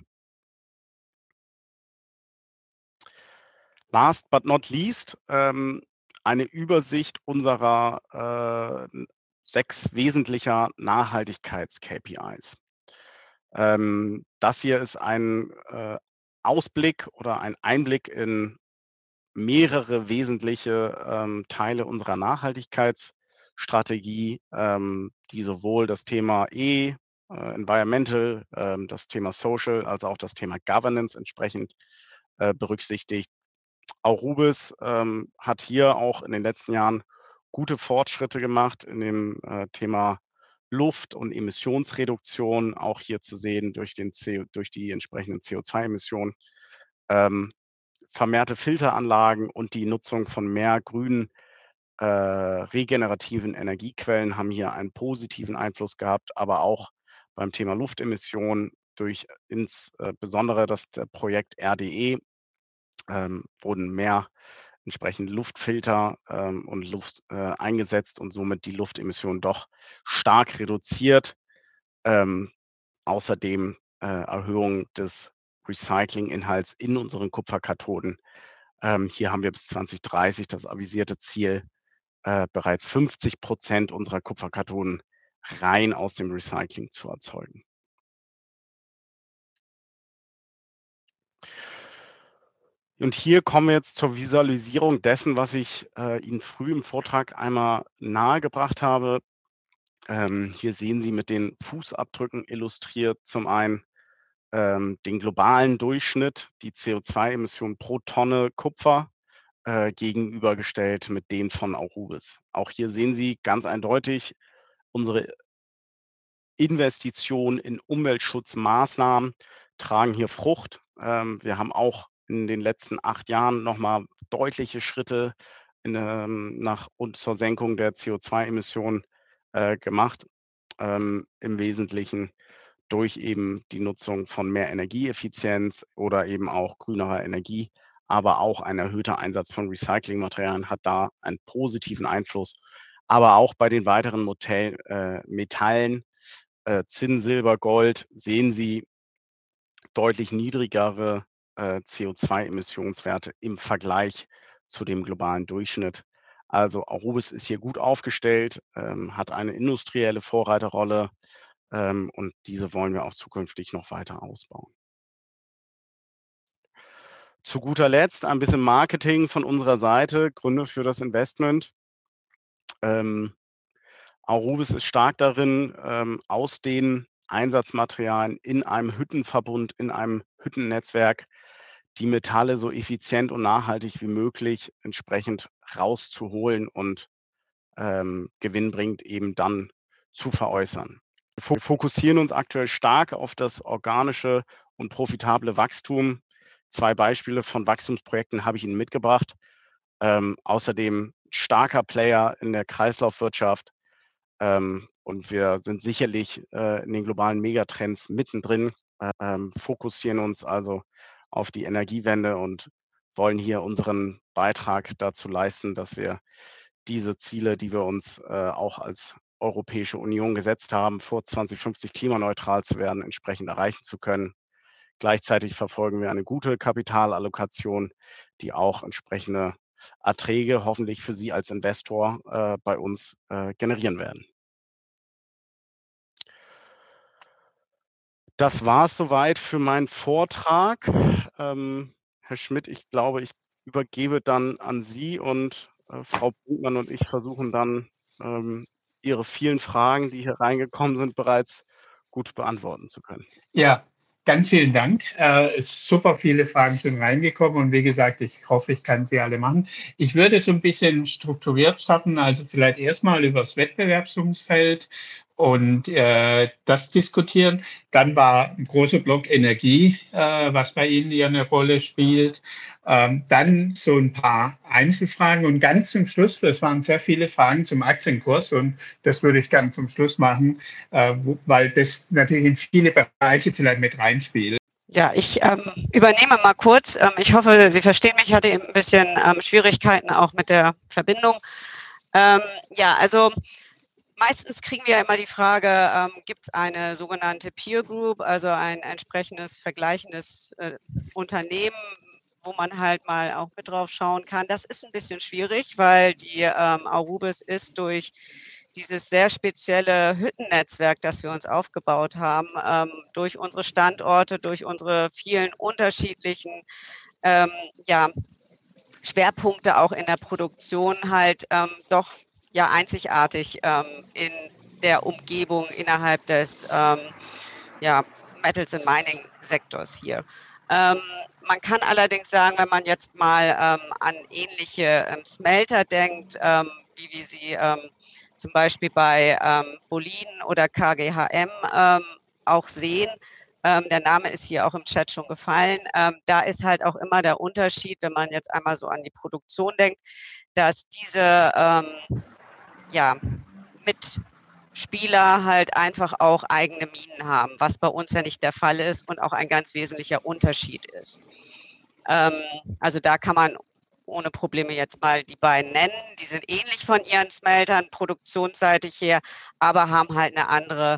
Last but not least, eine Übersicht unserer 6 wesentlicher Nachhaltigkeits-KPIs. Das hier ist ein Ausblick oder ein Einblick in mehrere wesentliche Teile unserer Nachhaltigkeitsstrategie, die sowohl das Thema Environmental, das Thema Social, als auch das Thema Governance entsprechend berücksichtigt. Aurubis hat hier auch in den letzten Jahren gute Fortschritte gemacht in dem Thema Luft- und Emissionsreduktion, auch hier zu sehen durch die entsprechenden CO2-Emissionen. Vermehrte Filteranlagen und die Nutzung von mehr grünen, regenerativen Energiequellen haben hier einen positiven Einfluss gehabt, aber auch beim Thema Luftemissionen durch insbesondere das Projekt RDE wurden mehr entsprechend Luftfilter und Luft eingesetzt und somit die Luftemissionen doch stark reduziert. Außerdem Erhöhung des Recyclinginhalts in unseren Kupferkathoden. Hier haben wir bis 2030 das avisierte Ziel, bereits 50% unserer Kupferkathoden rein aus dem Recycling zu erzeugen. Und hier kommen wir jetzt zur Visualisierung dessen, was ich Ihnen früh im Vortrag einmal nahegebracht habe. Hier sehen Sie mit den Fußabdrücken illustriert zum einen den globalen Durchschnitt, die CO2-Emissionen pro Tonne Kupfer, gegenübergestellt mit denen von Aurubis. Auch hier sehen Sie ganz eindeutig unsere Investitionen in Umweltschutzmaßnahmen tragen hier Frucht. Wir haben auch in den letzten 8 Jahren nochmal deutliche Schritte zur Senkung der CO2-Emissionen gemacht, im Wesentlichen durch eben die Nutzung von mehr Energieeffizienz oder eben auch grünerer Energie, aber auch ein erhöhter Einsatz von Recyclingmaterialien hat da einen positiven Einfluss. Aber auch bei den weiteren Metallen, Zinn, Silber, Gold, sehen Sie deutlich niedrigere CO2-Emissionswerte im Vergleich zu dem globalen Durchschnitt. Also Aurubis ist hier gut aufgestellt, hat eine industrielle Vorreiterrolle und diese wollen wir auch zukünftig noch weiter ausbauen. Zu guter Letzt ein bisschen Marketing von unserer Seite, Gründe für das Investment. Aurubis ist stark darin, aus den Einsatzmaterialien in einem Hüttenverbund, in einem Hüttennetzwerk, die Metalle so effizient und nachhaltig wie möglich entsprechend rauszuholen und gewinnbringend eben dann zu veräußern. Wir fokussieren uns aktuell stark auf das organische und profitable Wachstum. 2 Beispiele von Wachstumsprojekten habe ich Ihnen mitgebracht. Außerdem starker Player in der Kreislaufwirtschaft, und wir sind sicherlich in den globalen Megatrends mittendrin, fokussieren uns also auf die Energiewende und wollen hier unseren Beitrag dazu leisten, dass wir diese Ziele, die wir uns auch als Europäische Union gesetzt haben, vor 2050 klimaneutral zu werden, entsprechend erreichen zu können. Gleichzeitig verfolgen wir eine gute Kapitalallokation, die auch entsprechende Erträge hoffentlich für Sie als Investor bei uns generieren werden. Das war es soweit für meinen Vortrag. Herr Schmidt, ich glaube, ich übergebe dann an Sie und Frau Brinkmann und ich versuchen dann, Ihre vielen Fragen, die hier reingekommen sind, bereits gut beantworten zu können. Ja, ganz vielen Dank. Super viele Fragen sind reingekommen und wie gesagt, ich hoffe, ich kann sie alle machen. Ich würde so ein bisschen strukturiert starten, also vielleicht erstmal über das Wettbewerbsumfeld und das diskutieren. Dann war ein großer Block Energie, was bei Ihnen hier eine Rolle spielt. Dann so ein paar Einzelfragen und ganz zum Schluss, das waren sehr viele Fragen zum Aktienkurs und das würde ich gerne zum Schluss machen, weil das natürlich in viele Bereiche vielleicht mit reinspielt. Ja, ich übernehme mal kurz. Ich hoffe, Sie verstehen mich. Ich hatte eben ein bisschen Schwierigkeiten auch mit der Verbindung. Ja, also meistens kriegen wir ja immer die Frage, gibt es eine sogenannte Peer Group, also ein entsprechendes vergleichendes Unternehmen, wo man halt mal auch mit drauf schauen kann. Das ist ein bisschen schwierig, weil die Aurubis ist durch dieses sehr spezielle Hüttennetzwerk, das wir uns aufgebaut haben, durch unsere Standorte, durch unsere vielen unterschiedlichen Schwerpunkte auch in der Produktion halt doch ja einzigartig in der Umgebung innerhalb des Metals and Mining Sektors hier. Man kann allerdings sagen, wenn man jetzt mal an ähnliche Smelter denkt, wie wir sie zum Beispiel bei Boliden oder KGHM auch sehen, der Name ist hier auch im Chat schon gefallen, da ist halt auch immer der Unterschied, wenn man jetzt einmal so an die Produktion denkt, dass diese Mitspieler halt einfach auch eigene Minen haben, was bei uns ja nicht der Fall ist und auch ein ganz wesentlicher Unterschied ist. Also da kann man ohne Probleme jetzt mal die beiden nennen. Die sind ähnlich von ihren Smeltern produktionsseitig her, aber haben halt eine andere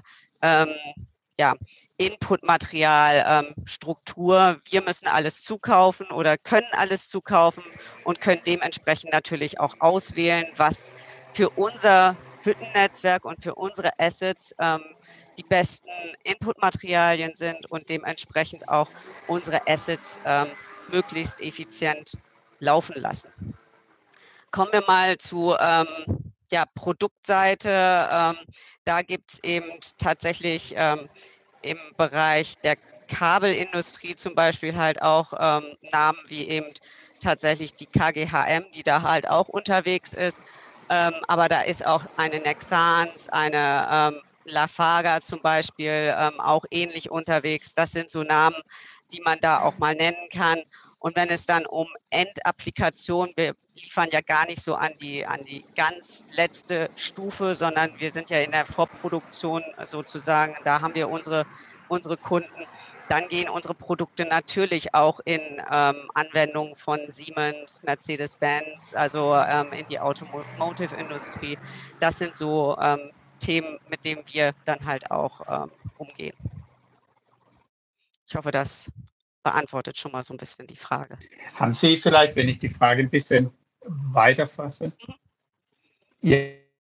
Inputmaterialstruktur. Wir müssen alles zukaufen oder können alles zukaufen und können dementsprechend natürlich auch auswählen, was für unser Hüttennetzwerk und für unsere Assets die besten Inputmaterialien sind und dementsprechend auch unsere Assets möglichst effizient laufen lassen. Kommen wir mal zu Produktseite. Da gibt es eben tatsächlich im Bereich der Kabelindustrie zum Beispiel halt auch Namen wie eben tatsächlich die KGHM, die da halt auch unterwegs ist. Aber da ist auch eine Nexans, eine Lafarga zum Beispiel auch ähnlich unterwegs. Das sind so Namen, die man da auch mal nennen kann. Und wenn es dann um Endapplikation, wir liefern ja gar nicht so an die ganz letzte Stufe, sondern wir sind ja in der Vorproduktion sozusagen, da haben wir unsere Kunden. Dann gehen unsere Produkte natürlich auch in Anwendungen von Siemens, Mercedes-Benz, also in die Automotive-Industrie. Das sind so Themen, mit denen wir dann halt auch umgehen. Ich hoffe, das beantwortet schon mal so ein bisschen die Frage. Haben Sie vielleicht, wenn ich die Frage ein bisschen weiterfasse? Ja.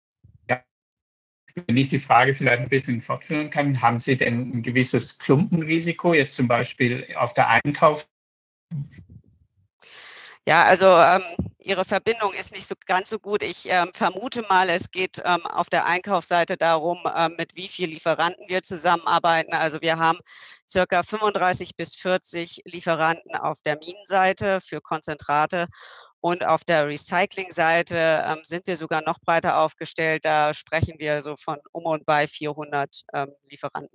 Wenn ich die Frage vielleicht ein bisschen fortführen kann, haben Sie denn ein gewisses Klumpenrisiko, jetzt zum Beispiel auf der Einkauf? Ja, also Ihre Verbindung ist nicht so ganz so gut. Ich vermute mal, es geht auf der Einkaufsseite darum, mit wie vielen Lieferanten wir zusammenarbeiten. Also wir haben circa 35 bis 40 Lieferanten auf der Minenseite für Konzentrate. Und auf der Recycling-Seite sind wir sogar noch breiter aufgestellt. Da sprechen wir so von und bei 400 Lieferanten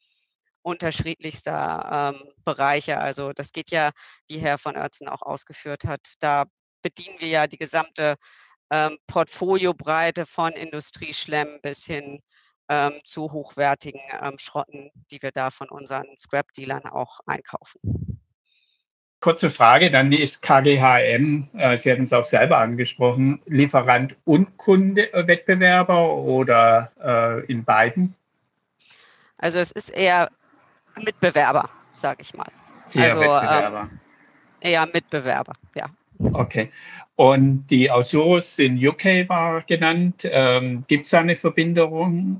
unterschiedlichster Bereiche. Also das geht ja, wie Herr von Oertzen auch ausgeführt hat, da bedienen wir ja die gesamte Portfoliobreite von Industrieschlemm bis hin zu hochwertigen Schrotten, die wir da von unseren Scrap-Dealern auch einkaufen. Kurze Frage, dann ist KGHM, Sie hatten es auch selber angesprochen, Lieferant und Kunde, Wettbewerber oder in beiden? Also es ist eher Mitbewerber, sage ich mal. Eher Wettbewerber. Eher Mitbewerber, ja. Okay. Und die Ausurus in UK war genannt. Gibt es da eine Verbindung?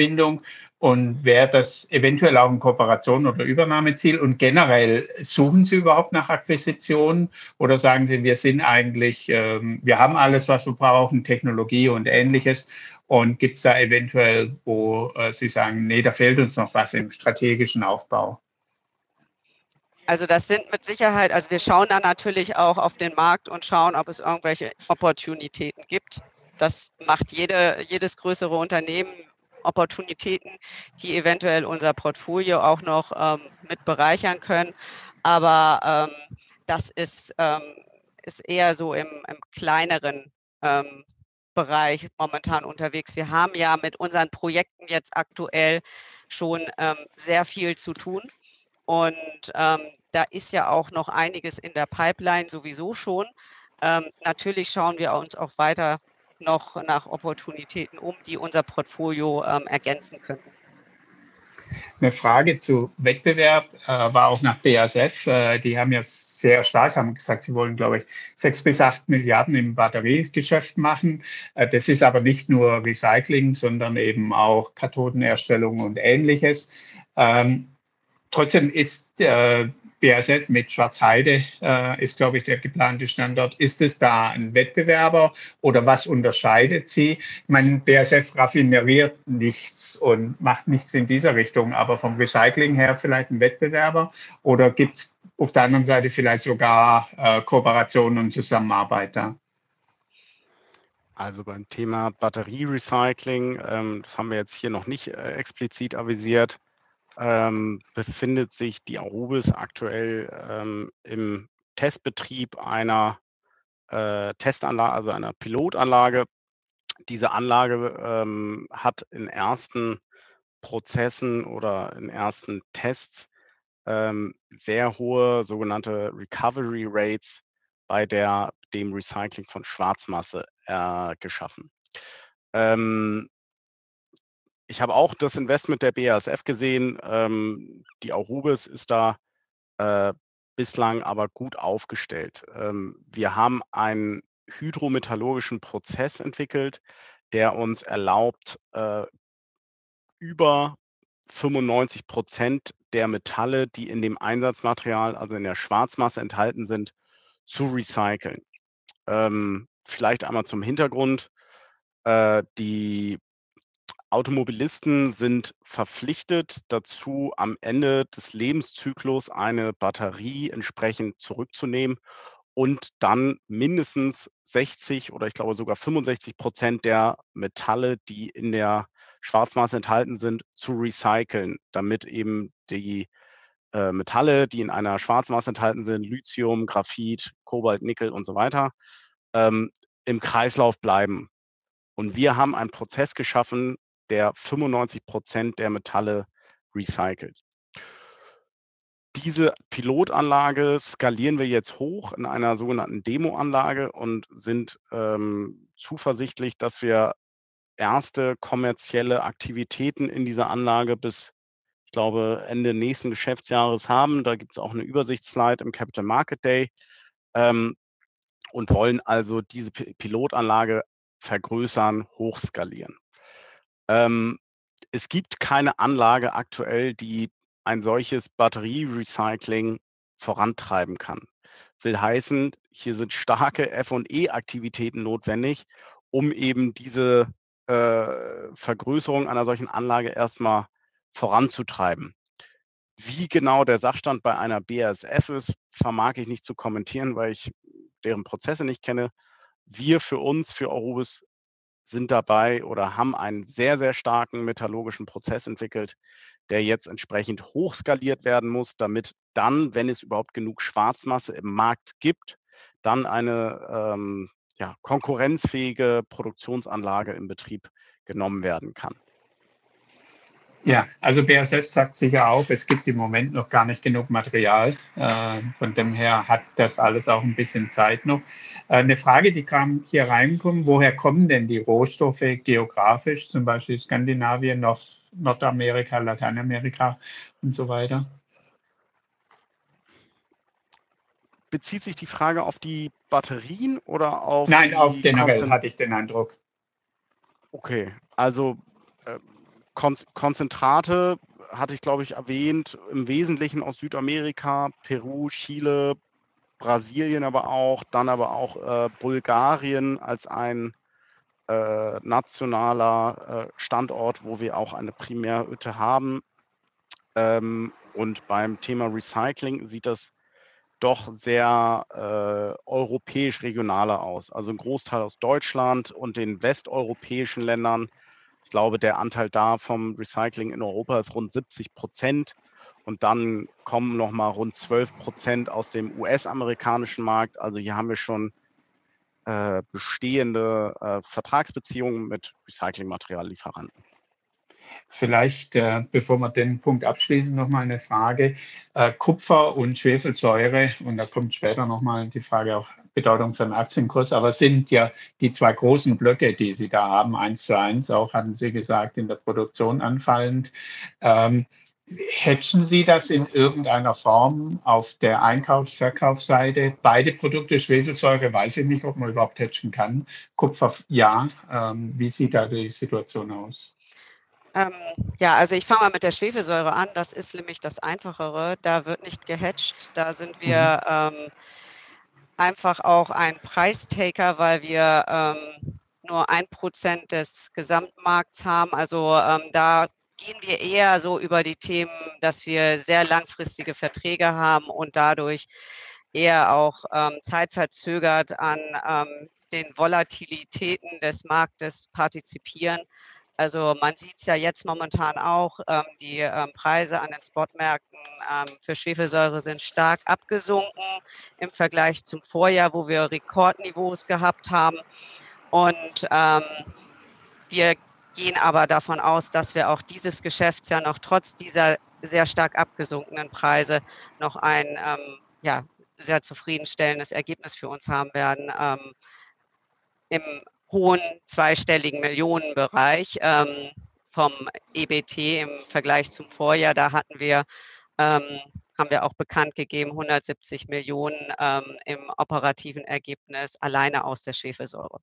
Und wäre das eventuell auch eine Kooperation oder Übernahmeziel? Und generell, suchen Sie überhaupt nach Akquisitionen oder sagen Sie, wir sind eigentlich, wir haben alles, was wir brauchen, Technologie und Ähnliches? Und gibt es da eventuell, wo Sie sagen, nee, da fehlt uns noch was im strategischen Aufbau? Also das sind mit Sicherheit, also wir schauen dann natürlich auch auf den Markt und schauen, ob es irgendwelche Opportunitäten gibt. Das macht jedes größere Unternehmen, Opportunitäten, die eventuell unser Portfolio auch noch mit bereichern können. Aber das ist eher so im kleineren Bereich momentan unterwegs. Wir haben ja mit unseren Projekten jetzt aktuell schon sehr viel zu tun. Und da ist ja auch noch einiges in der Pipeline sowieso schon. Natürlich schauen wir uns auch weiter noch nach Opportunitäten um, die unser Portfolio ergänzen könnten. Eine Frage zu Wettbewerb war auch nach BASF. Die haben ja sehr stark, haben gesagt, sie wollen, glaube ich, 6 bis 8 Milliarden im Batteriegeschäft machen. Das ist aber nicht nur Recycling, sondern eben auch Kathodenerstellung und Ähnliches. Trotzdem ist BASF mit Schwarzheide, ist, glaube ich, der geplante Standort. Ist es da ein Wettbewerber oder was unterscheidet sie? Ich meine, BASF raffineriert nichts und macht nichts in dieser Richtung, aber vom Recycling her vielleicht ein Wettbewerber? Oder gibt es auf der anderen Seite vielleicht sogar Kooperationen und Zusammenarbeit da? Also beim Thema Batterierecycling, das haben wir jetzt hier noch nicht explizit avisiert, befindet sich die Arubis aktuell im Testbetrieb einer Testanlage, also einer Pilotanlage. Diese Anlage hat in ersten Prozessen oder in ersten Tests sehr hohe sogenannte Recovery Rates bei dem Recycling von Schwarzmasse geschaffen. Ich habe auch das Investment der BASF gesehen. Die Arubis ist da bislang aber gut aufgestellt. Wir haben einen hydrometallurgischen Prozess entwickelt, der uns erlaubt, über 95% der Metalle, die in dem Einsatzmaterial, also in der Schwarzmasse enthalten sind, zu recyceln. Vielleicht einmal zum Hintergrund. Die Automobilisten sind verpflichtet dazu, am Ende des Lebenszyklus eine Batterie entsprechend zurückzunehmen und dann mindestens 60 oder ich glaube sogar 65% der Metalle, die in der Schwarzmasse enthalten sind, zu recyceln, damit eben die Metalle, die in einer Schwarzmasse enthalten sind, Lithium, Graphit, Kobalt, Nickel und so weiter, im Kreislauf bleiben. Und wir haben einen Prozess geschaffen, der 95% der Metalle recycelt. Diese Pilotanlage skalieren wir jetzt hoch in einer sogenannten Demoanlage und sind zuversichtlich, dass wir erste kommerzielle Aktivitäten in dieser Anlage bis, ich glaube, Ende nächsten Geschäftsjahres haben. Da gibt es auch eine Übersichtsslide im Capital Market Day und wollen also diese Pilotanlage vergrößern, hochskalieren. Es gibt keine Anlage aktuell, die ein solches Batterierecycling vorantreiben kann. will heißen, hier sind starke F&E-Aktivitäten notwendig, um eben diese Vergrößerung einer solchen Anlage erstmal voranzutreiben. Wie genau der Sachstand bei einer BASF ist, vermag ich nicht zu kommentieren, weil ich deren Prozesse nicht kenne. Wir für uns, für Arubis, sind dabei oder haben einen sehr, sehr starken metallurgischen Prozess entwickelt, der jetzt entsprechend hochskaliert werden muss, damit dann, wenn es überhaupt genug Schwarzmasse im Markt gibt, dann eine konkurrenzfähige Produktionsanlage in Betrieb genommen werden kann. Ja, also BASF sagt sicher auch, es gibt im Moment noch gar nicht genug Material. Von dem her hat das alles auch ein bisschen Zeit noch. Eine Frage, die kam hier reinkommen, woher kommen denn die Rohstoffe geografisch, zum Beispiel Skandinavien, Nordamerika, Lateinamerika und so weiter? Bezieht sich die Frage auf die Batterien oder auf Nein, die auf generell hatte ich den Eindruck. Okay, also Konzentrate hatte ich, glaube ich, erwähnt, im Wesentlichen aus Südamerika, Peru, Chile, Brasilien aber auch, dann aber auch Bulgarien als ein nationaler Standort, wo wir auch eine Primärhütte haben. Und beim Thema Recycling sieht das doch sehr europäisch-regionaler aus. Also ein Großteil aus Deutschland und den westeuropäischen Ländern. Ich glaube, der Anteil da vom Recycling in Europa ist rund 70%. Und dann kommen nochmal rund 12% aus dem US-amerikanischen Markt. Also hier haben wir schon bestehende Vertragsbeziehungen mit Recyclingmateriallieferanten. Vielleicht, bevor wir den Punkt abschließen, noch mal eine Frage. Kupfer und Schwefelsäure, und da kommt später noch mal die Frage auch Bedeutung für den Aktienkurs, aber sind ja die zwei großen Blöcke, die Sie da haben, 1:1, auch hatten Sie gesagt, in der Produktion anfallend. Hedgen Sie das in irgendeiner Form auf der Einkaufs-Verkaufsseite? Beide Produkte, Schwefelsäure, weiß ich nicht, ob man überhaupt hedgen kann. Kupfer, ja. Wie sieht da die Situation aus? Ja, also ich fange mal mit der Schwefelsäure an. Das ist nämlich das Einfachere. Da wird nicht gehedged. Da sind wir einfach auch ein Preistaker, weil wir nur 1% des Gesamtmarkts haben. Also da gehen wir eher so über die Themen, dass wir sehr langfristige Verträge haben und dadurch eher auch zeitverzögert an den Volatilitäten des Marktes partizipieren. Also man sieht es ja jetzt momentan auch, die Preise an den Spotmärkten für Schwefelsäure sind stark abgesunken im Vergleich zum Vorjahr, wo wir Rekordniveaus gehabt haben. Und wir gehen aber davon aus, dass wir auch dieses Geschäftsjahr noch trotz dieser sehr stark abgesunkenen Preise noch ein sehr zufriedenstellendes Ergebnis für uns haben werden im hohen zweistelligen Millionenbereich vom EBT im Vergleich zum Vorjahr. Da haben wir auch bekannt gegeben, 170 Millionen im operativen Ergebnis alleine aus der Schwefelsäure.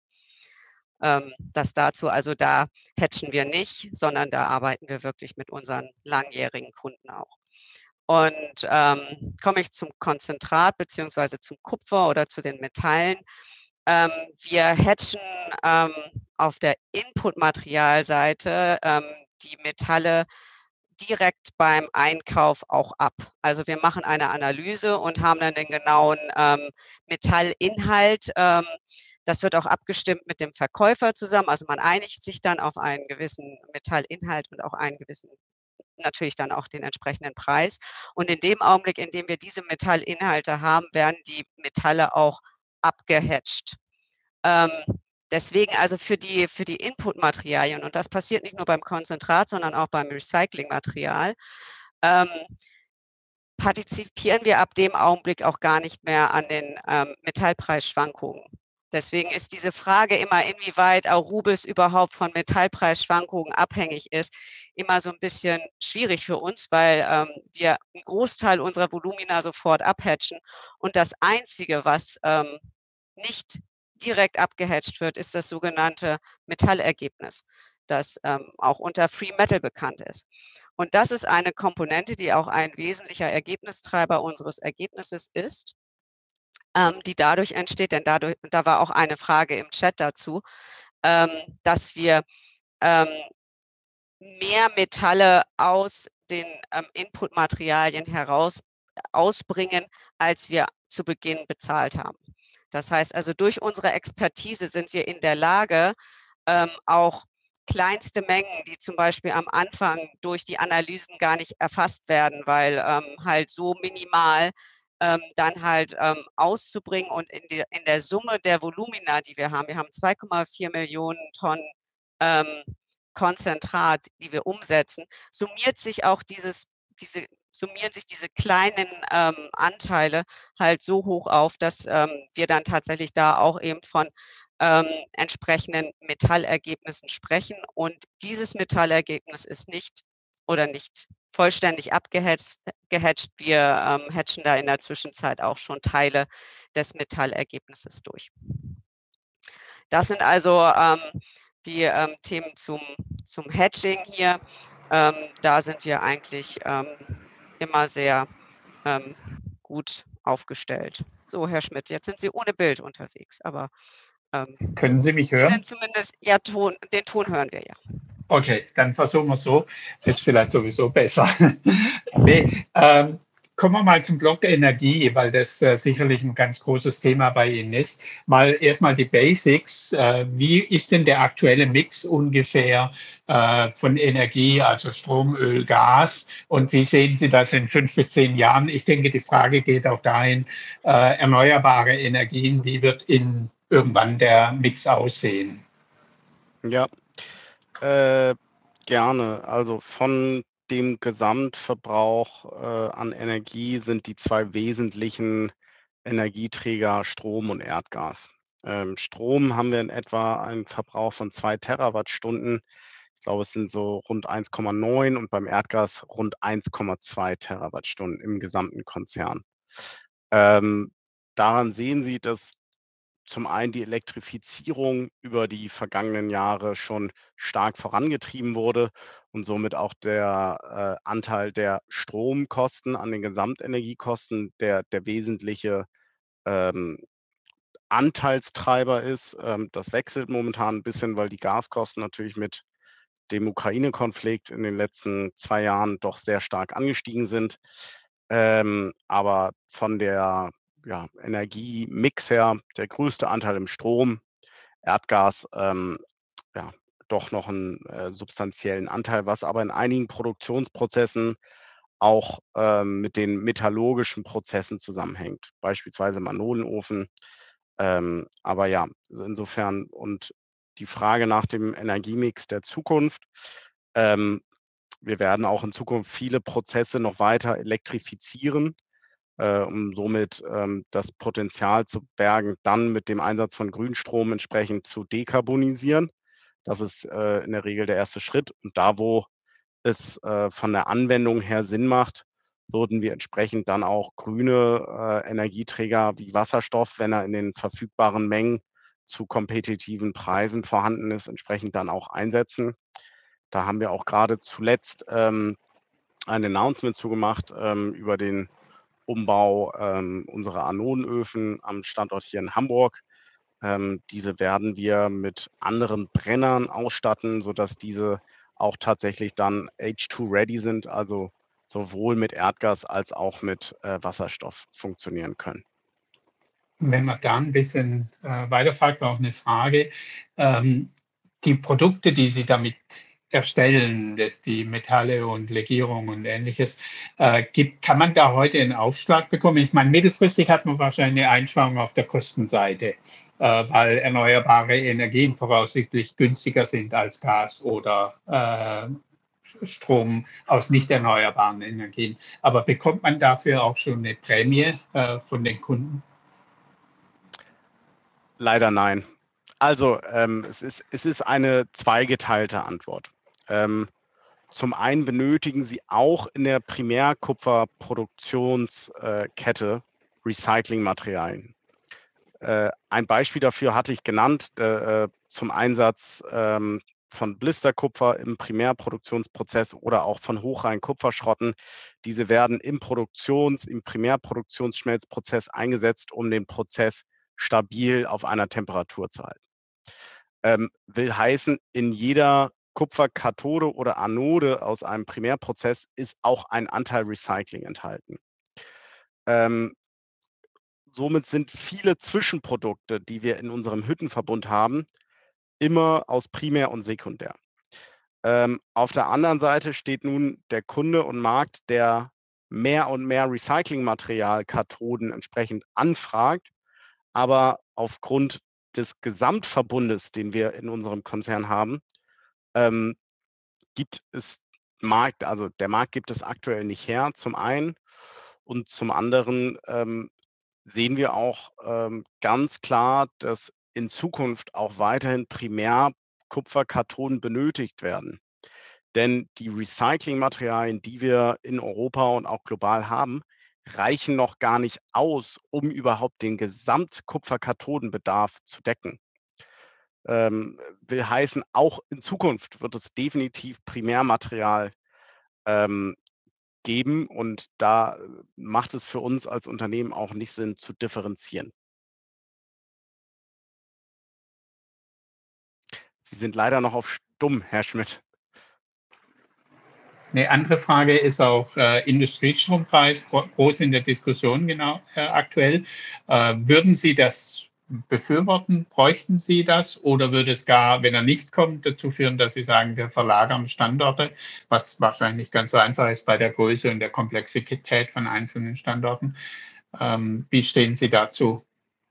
Das dazu, also da hedgen wir nicht, sondern da arbeiten wir wirklich mit unseren langjährigen Kunden auch. Und komme ich zum Konzentrat beziehungsweise zum Kupfer oder zu den Metallen. Wir hedgen auf der Inputmaterialseite die Metalle direkt beim Einkauf auch ab. Also wir machen eine Analyse und haben dann den genauen Metallinhalt. Das wird auch abgestimmt mit dem Verkäufer zusammen. Also man einigt sich dann auf einen gewissen Metallinhalt und auch einen gewissen, natürlich dann auch den entsprechenden Preis. Und in dem Augenblick, in dem wir diese Metallinhalte haben, werden die Metalle auch abgehedged. Deswegen also für die Inputmaterialien, und das passiert nicht nur beim Konzentrat, sondern auch beim Recyclingmaterial, partizipieren wir ab dem Augenblick auch gar nicht mehr an den Metallpreisschwankungen. Deswegen ist diese Frage immer, inwieweit Arubis überhaupt von Metallpreisschwankungen abhängig ist, immer so ein bisschen schwierig für uns, weil wir einen Großteil unserer Volumina sofort abhedgen. Und das Einzige, was nicht direkt abgehedged wird, ist das sogenannte Metallergebnis, das auch unter Free Metal bekannt ist. Und das ist eine Komponente, die auch ein wesentlicher Ergebnistreiber unseres Ergebnisses ist. die dadurch entsteht, denn da war auch eine Frage im Chat dazu, dass wir mehr Metalle aus den Inputmaterialien heraus ausbringen, als wir zu Beginn bezahlt haben. Das heißt also, durch unsere Expertise sind wir in der Lage, auch kleinste Mengen, die zum Beispiel am Anfang durch die Analysen gar nicht erfasst werden, weil halt so minimal dann halt auszubringen und in der Summe der Volumina, die wir haben 2,4 Millionen Tonnen Konzentrat, die wir umsetzen, summieren sich diese kleinen Anteile halt so hoch auf, dass wir dann tatsächlich da auch eben von entsprechenden Metallergebnissen sprechen. Und dieses Metallergebnis ist nicht vollständig abgehatcht. Wir hatchen da in der Zwischenzeit auch schon Teile des Metallergebnisses durch. Das sind also die Themen zum Hedging hier. Da sind wir eigentlich immer sehr gut aufgestellt. So, Herr Schmidt, jetzt sind Sie ohne Bild unterwegs, aber können Sie mich hören? Sie sind zumindest, ja, den Ton hören wir ja. Okay, dann versuchen wir so. Das ist vielleicht sowieso besser. Nee, kommen wir mal zum Block Energie, weil das sicherlich ein ganz großes Thema bei Ihnen ist. Mal erstmal die Basics. Wie ist denn der aktuelle Mix ungefähr von Energie, also Strom, Öl, Gas? Und wie sehen Sie das in 5 bis 10 Jahren? Ich denke, die Frage geht auch dahin, erneuerbare Energien, wie wird irgendwann der Mix aussehen? Ja, gerne. Also von dem Gesamtverbrauch an Energie sind die 2 wesentlichen Energieträger Strom und Erdgas. Strom haben wir in etwa einen Verbrauch von 2 Terawattstunden. Ich glaube, es sind so rund 1,9 und beim Erdgas rund 1,2 Terawattstunden im gesamten Konzern. Daran sehen Sie, dass zum einen die Elektrifizierung über die vergangenen Jahre schon stark vorangetrieben wurde und somit auch der Anteil der Stromkosten an den Gesamtenergiekosten der wesentliche Anteilstreiber ist. Das wechselt momentan ein bisschen, weil die Gaskosten natürlich mit dem Ukraine-Konflikt in den letzten 2 Jahren doch sehr stark angestiegen sind. Aber von der Energiemix her der größte Anteil im Strom, Erdgas, doch noch einen substanziellen Anteil, was aber in einigen Produktionsprozessen auch mit den metallurgischen Prozessen zusammenhängt, beispielsweise im Anodenofen. Aber ja, insofern und die Frage nach dem Energiemix der Zukunft. Wir werden auch in Zukunft viele Prozesse noch weiter elektrifizieren, um somit das Potenzial zu bergen, dann mit dem Einsatz von Grünstrom entsprechend zu dekarbonisieren. Das ist in der Regel der erste Schritt. Und da, wo es von der Anwendung her Sinn macht, würden wir entsprechend dann auch grüne Energieträger wie Wasserstoff, wenn er in den verfügbaren Mengen zu kompetitiven Preisen vorhanden ist, entsprechend dann auch einsetzen. Da haben wir auch gerade zuletzt ein Announcement zugemacht über den Umbau unserer Anodenöfen am Standort hier in Hamburg. Diese werden wir mit anderen Brennern ausstatten, sodass diese auch tatsächlich dann H2-ready sind, also sowohl mit Erdgas als auch mit Wasserstoff funktionieren können. Wenn man da ein bisschen weiterfragt, war auch eine Frage. Die Produkte, die Sie damit erstellen, dass die Metalle und Legierung und Ähnliches kann man da heute einen Aufschlag bekommen? Ich meine, mittelfristig hat man wahrscheinlich eine Einsparung auf der Kostenseite, weil erneuerbare Energien voraussichtlich günstiger sind als Gas oder Strom aus nicht erneuerbaren Energien. Aber bekommt man dafür auch schon eine Prämie von den Kunden? Leider nein. Also es ist eine zweigeteilte Antwort. Zum einen benötigen Sie auch in der Primärkupferproduktionskette Recyclingmaterialien. Ein Beispiel dafür hatte ich genannt, zum Einsatz von Blisterkupfer im Primärproduktionsprozess oder auch von hochreinen Kupferschrotten. Diese werden im Primärproduktionsschmelzprozess eingesetzt, um den Prozess stabil auf einer Temperatur zu halten. Will heißen, in jeder Kupferkathode oder Anode aus einem Primärprozess ist auch ein Anteil Recycling enthalten. Somit sind viele Zwischenprodukte, die wir in unserem Hüttenverbund haben, immer aus Primär und Sekundär. Auf der anderen Seite steht nun der Kunde und Markt, der mehr und mehr Recyclingmaterial, Kathoden entsprechend anfragt, aber aufgrund des Gesamtverbundes, den wir in unserem Konzern haben, gibt es Markt, also der Markt gibt es aktuell nicht her, zum einen. Und zum anderen sehen wir auch ganz klar, dass in Zukunft auch weiterhin Primärkupferkathoden benötigt werden. Denn die Recyclingmaterialien, die wir in Europa und auch global haben, reichen noch gar nicht aus, um überhaupt den Gesamtkupferkathodenbedarf zu decken. Will heißen, auch in Zukunft wird es definitiv Primärmaterial geben und da macht es für uns als Unternehmen auch nicht Sinn zu differenzieren. Sie sind leider noch auf Stumm, Herr Schmidt. Eine andere Frage ist auch Industriestrompreis, groß in der Diskussion genau aktuell. Würden Sie das befürworten? Bräuchten Sie das? Oder würde es gar, wenn er nicht kommt, dazu führen, dass Sie sagen, wir verlagern Standorte, was wahrscheinlich ganz so einfach ist bei der Größe und der Komplexität von einzelnen Standorten? Wie stehen Sie dazu?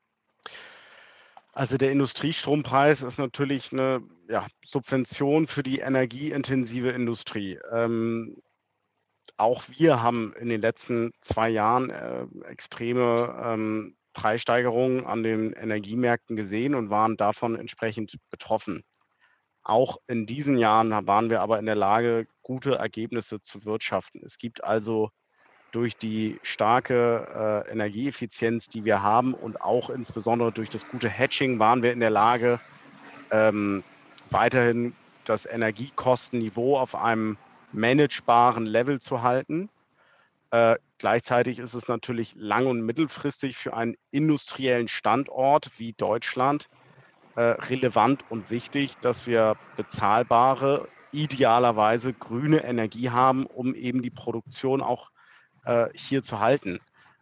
Also der Industriestrompreis ist natürlich eine Subvention für die energieintensive Industrie. Auch wir haben in den letzten 2 Jahren extreme Preissteigerungen an den Energiemärkten gesehen und waren davon entsprechend betroffen. Auch in diesen Jahren waren wir aber in der Lage, gute Ergebnisse zu wirtschaften. Es gibt also durch die starke Energieeffizienz, die wir haben und auch insbesondere durch das gute Hedging waren wir in der Lage, weiterhin das Energiekostenniveau auf einem managebaren Level zu halten. Gleichzeitig ist es natürlich lang- und mittelfristig für einen industriellen Standort wie Deutschland relevant und wichtig, dass wir bezahlbare, idealerweise grüne Energie haben, um eben die Produktion auch hier zu halten.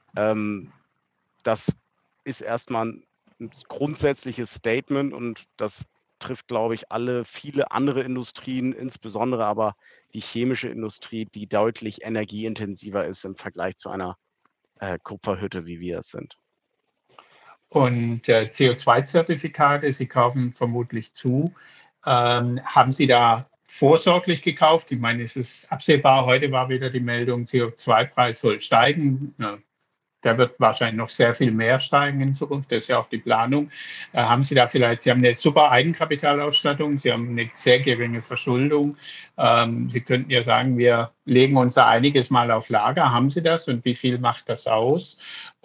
Das ist erstmal ein grundsätzliches Statement und das trifft, glaube ich, viele andere Industrien, insbesondere aber die chemische Industrie, die deutlich energieintensiver ist im Vergleich zu einer Kupferhütte, wie wir es sind. Und CO2-Zertifikate, Sie kaufen vermutlich zu. Haben Sie da vorsorglich gekauft? Ich meine, es ist absehbar, heute war wieder die Meldung, CO2-Preis soll steigen. Der wird wahrscheinlich noch sehr viel mehr steigen in Zukunft. Das ist ja auch die Planung. Haben Sie da vielleicht, Sie haben eine super Eigenkapitalausstattung, Sie haben eine sehr geringe Verschuldung. Sie könnten ja sagen, wir legen uns da einiges mal auf Lager. Haben Sie das und wie viel macht das aus?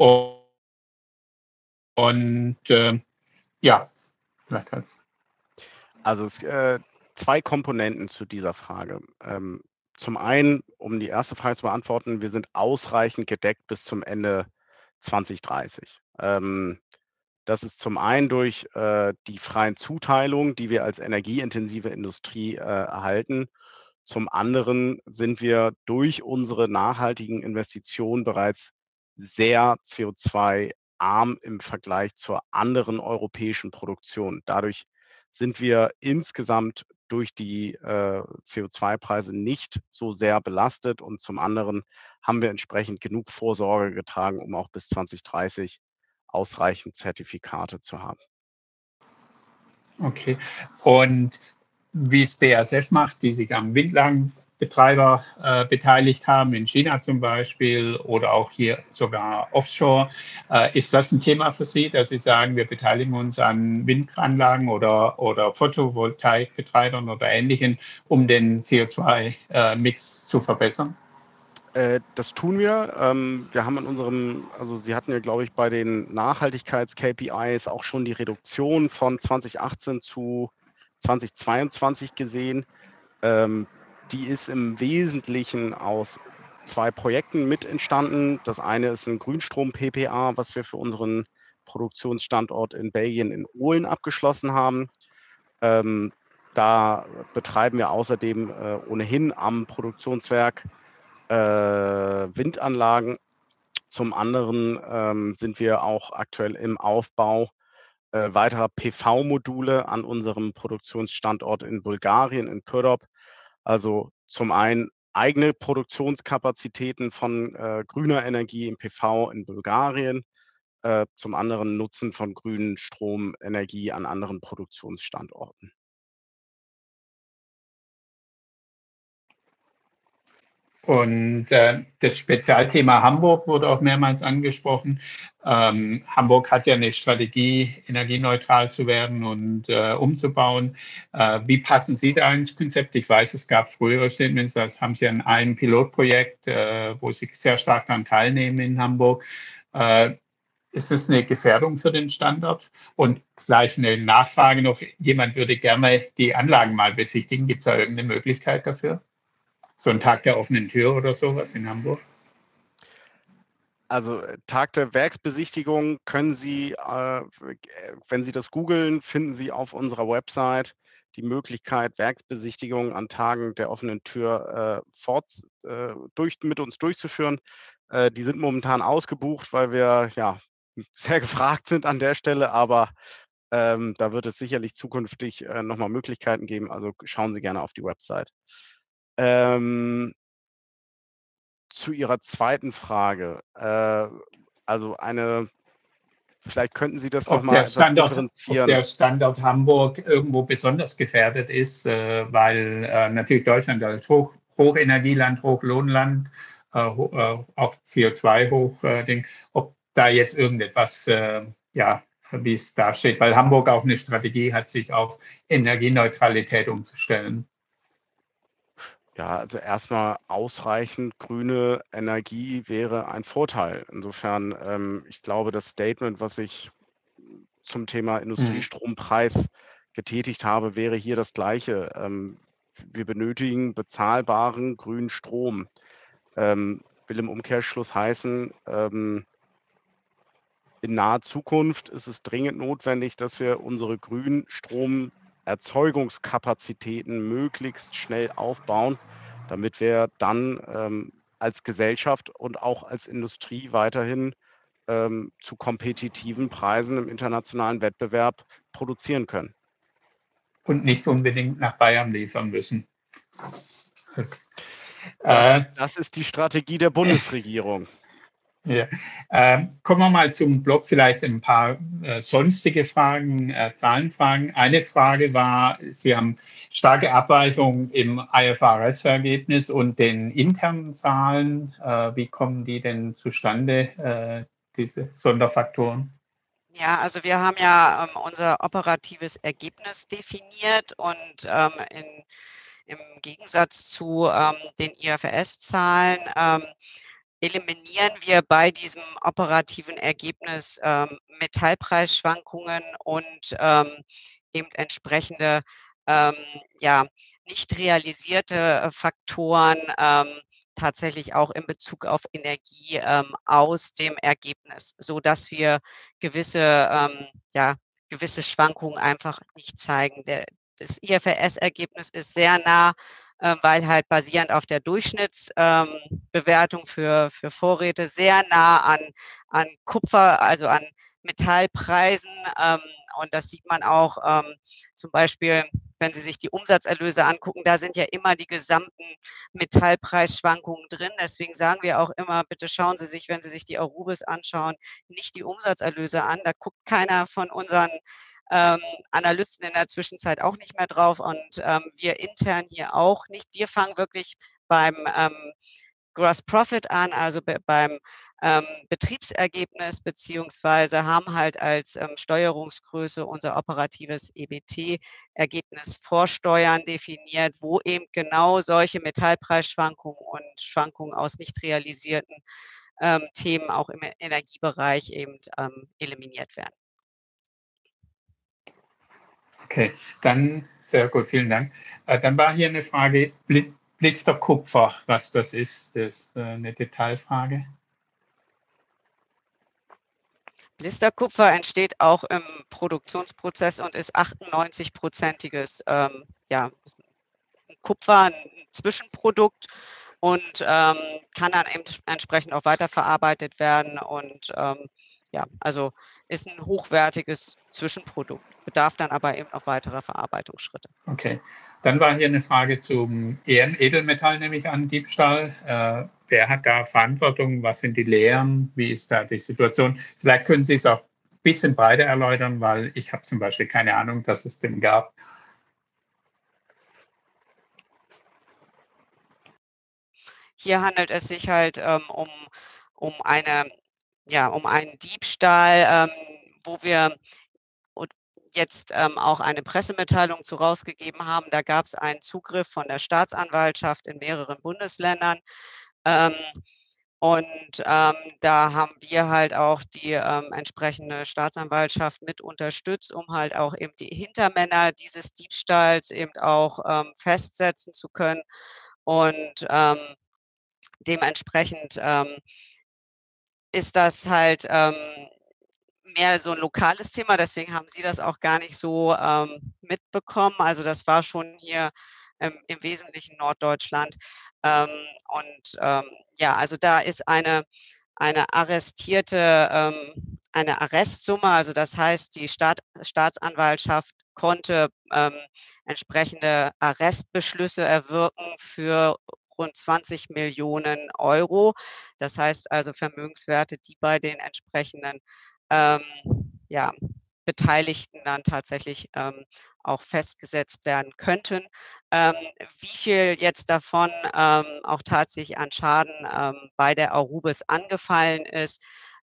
Und ja, vielleicht als. Also es 2 Komponenten zu dieser Frage. Zum einen, um die erste Frage zu beantworten, wir sind ausreichend gedeckt bis zum Ende 2030. Das ist zum einen durch die freien Zuteilungen, die wir als energieintensive Industrie erhalten. Zum anderen sind wir durch unsere nachhaltigen Investitionen bereits sehr CO2-arm im Vergleich zur anderen europäischen Produktion. Dadurch sind wir insgesamt durch die CO2-Preise nicht so sehr belastet und zum anderen haben wir entsprechend genug Vorsorge getragen, um auch bis 2030 ausreichend Zertifikate zu haben. Okay. Und wie es BASF macht, die sich am Windlagenbetreiber beteiligt haben, in China zum Beispiel oder auch hier sogar offshore. Ist das ein Thema für Sie, dass Sie sagen, wir beteiligen uns an Windanlagen oder Photovoltaikbetreibern oder Ähnlichem, um den CO2-Mix zu verbessern? Das tun wir. Wir haben Sie hatten ja, glaube ich, bei den Nachhaltigkeits-KPIs auch schon die Reduktion von 2018 zu 2022 gesehen. Die ist im Wesentlichen aus 2 Projekten mit entstanden. Das eine ist ein Grünstrom-PPA, was wir für unseren Produktionsstandort in Belgien in Ohlen abgeschlossen haben. Da betreiben wir außerdem ohnehin am Produktionswerk Windanlagen. Zum anderen sind wir auch aktuell im Aufbau weiterer PV-Module an unserem Produktionsstandort in Bulgarien, in Pyrrhop. Also zum einen eigene Produktionskapazitäten von grüner Energie im PV in Bulgarien, zum anderen Nutzen von grünen Stromenergie an anderen Produktionsstandorten. Und das Spezialthema Hamburg wurde auch mehrmals angesprochen. Hamburg hat ja eine Strategie, energieneutral zu werden und umzubauen. Wie passen Sie da ins Konzept? Ich weiß, es gab frühere Statements, das haben Sie an einem Pilotprojekt, wo Sie sehr stark daran teilnehmen in Hamburg. Ist es eine Gefährdung für den Standort? Und gleich eine Nachfrage noch, jemand würde gerne die Anlagen mal besichtigen. Gibt es da irgendeine Möglichkeit dafür? So ein Tag der offenen Tür oder sowas in Hamburg? Also Tag der Werksbesichtigung können Sie, wenn Sie das googeln, finden Sie auf unserer Website die Möglichkeit, Werksbesichtigungen an Tagen der offenen Tür mit uns durchzuführen. Die sind momentan ausgebucht, weil wir ja sehr gefragt sind an der Stelle, aber da wird es sicherlich zukünftig nochmal Möglichkeiten geben. Also schauen Sie gerne auf die Website. Zu Ihrer zweiten Frage. Also vielleicht könnten Sie das Ob nochmal der etwas Standort, ob differenzieren. der Standort Hamburg irgendwo besonders gefährdet ist, weil natürlich Deutschland als Hochenergieland, Hochlohnland, auch CO2 ob da jetzt irgendetwas, wie es da steht, weil Hamburg auch eine Strategie hat, sich auf Energieneutralität umzustellen. Ja, also erstmal ausreichend grüne Energie wäre ein Vorteil. Insofern, ich glaube, das Statement, was ich zum Thema Industriestrompreis getätigt habe, wäre hier das Gleiche. Wir benötigen bezahlbaren grünen Strom. Will im Umkehrschluss heißen, in naher Zukunft ist es dringend notwendig, dass wir unsere grünen Stromerzeugungskapazitäten möglichst schnell aufbauen, damit wir dann als Gesellschaft und auch als Industrie weiterhin zu kompetitiven Preisen im internationalen Wettbewerb produzieren können. Und nicht unbedingt nach Bayern liefern müssen. Das ist die Strategie der Bundesregierung. Ja. Kommen wir mal zum Blog, vielleicht ein paar sonstige Fragen, Zahlenfragen. Eine Frage war, Sie haben starke Abweichungen im IFRS-Ergebnis und den internen Zahlen. Wie kommen die denn zustande, diese Sonderfaktoren? Ja, also wir haben ja unser operatives Ergebnis definiert und im Gegensatz zu den IFRS-Zahlen eliminieren wir bei diesem operativen Ergebnis Metallpreisschwankungen und eben entsprechende nicht realisierte Faktoren tatsächlich auch in Bezug auf Energie aus dem Ergebnis, sodass wir gewisse Schwankungen einfach nicht zeigen. Das IFRS-Ergebnis ist sehr nah, weil halt basierend auf der Durchschnittsbewertung für Vorräte sehr nah an Kupfer, also an Metallpreisen. Und das sieht man auch zum Beispiel, wenn Sie sich die Umsatzerlöse angucken, da sind ja immer die gesamten Metallpreisschwankungen drin. Deswegen sagen wir auch immer, bitte schauen Sie sich, wenn Sie sich die Arubis anschauen, nicht die Umsatzerlöse an. Da guckt keiner von unseren Analysten in der Zwischenzeit auch nicht mehr drauf und wir intern hier auch nicht. Wir fangen wirklich beim Gross Profit an, also beim Betriebsergebnis, beziehungsweise haben halt als Steuerungsgröße unser operatives EBT-Ergebnis vor Steuern definiert, wo eben genau solche Metallpreisschwankungen und Schwankungen aus nicht realisierten Themen auch im Energiebereich eben eliminiert werden. Okay, dann sehr gut, vielen Dank. Dann war hier eine Frage, Blisterkupfer, was das ist eine Detailfrage. Blisterkupfer entsteht auch im Produktionsprozess und ist 98-prozentiges Kupfer, ein Zwischenprodukt und kann dann eben entsprechend auch weiterverarbeitet werden und also ist ein hochwertiges Zwischenprodukt, bedarf dann aber eben noch weiterer Verarbeitungsschritte. Okay, dann war hier eine Frage zum Edelmetall, nehme ich an, Diebstahl. Wer hat da Verantwortung? Was sind die Lehren? Wie ist da die Situation? Vielleicht können Sie es auch ein bisschen breiter erläutern, weil ich habe zum Beispiel keine Ahnung, dass es den gab. Hier handelt es sich halt um einen Diebstahl, wo wir jetzt auch eine Pressemitteilung zu rausgegeben haben. Da gab es einen Zugriff von der Staatsanwaltschaft in mehreren Bundesländern. Da haben wir halt auch die entsprechende Staatsanwaltschaft mit unterstützt, um halt auch eben die Hintermänner dieses Diebstahls eben auch festsetzen zu können. Und dementsprechend ist das halt mehr so ein lokales Thema, deswegen haben Sie das auch gar nicht so mitbekommen. Also das war schon hier im Wesentlichen Norddeutschland. Also da ist eine Arrestsumme, also das heißt, die Staatsanwaltschaft konnte entsprechende Arrestbeschlüsse erwirken für rund 20 Millionen Euro. Das heißt also Vermögenswerte, die bei den entsprechenden Beteiligten dann tatsächlich auch festgesetzt werden könnten. Wie viel jetzt davon auch tatsächlich an Schaden bei der Arubis angefallen ist,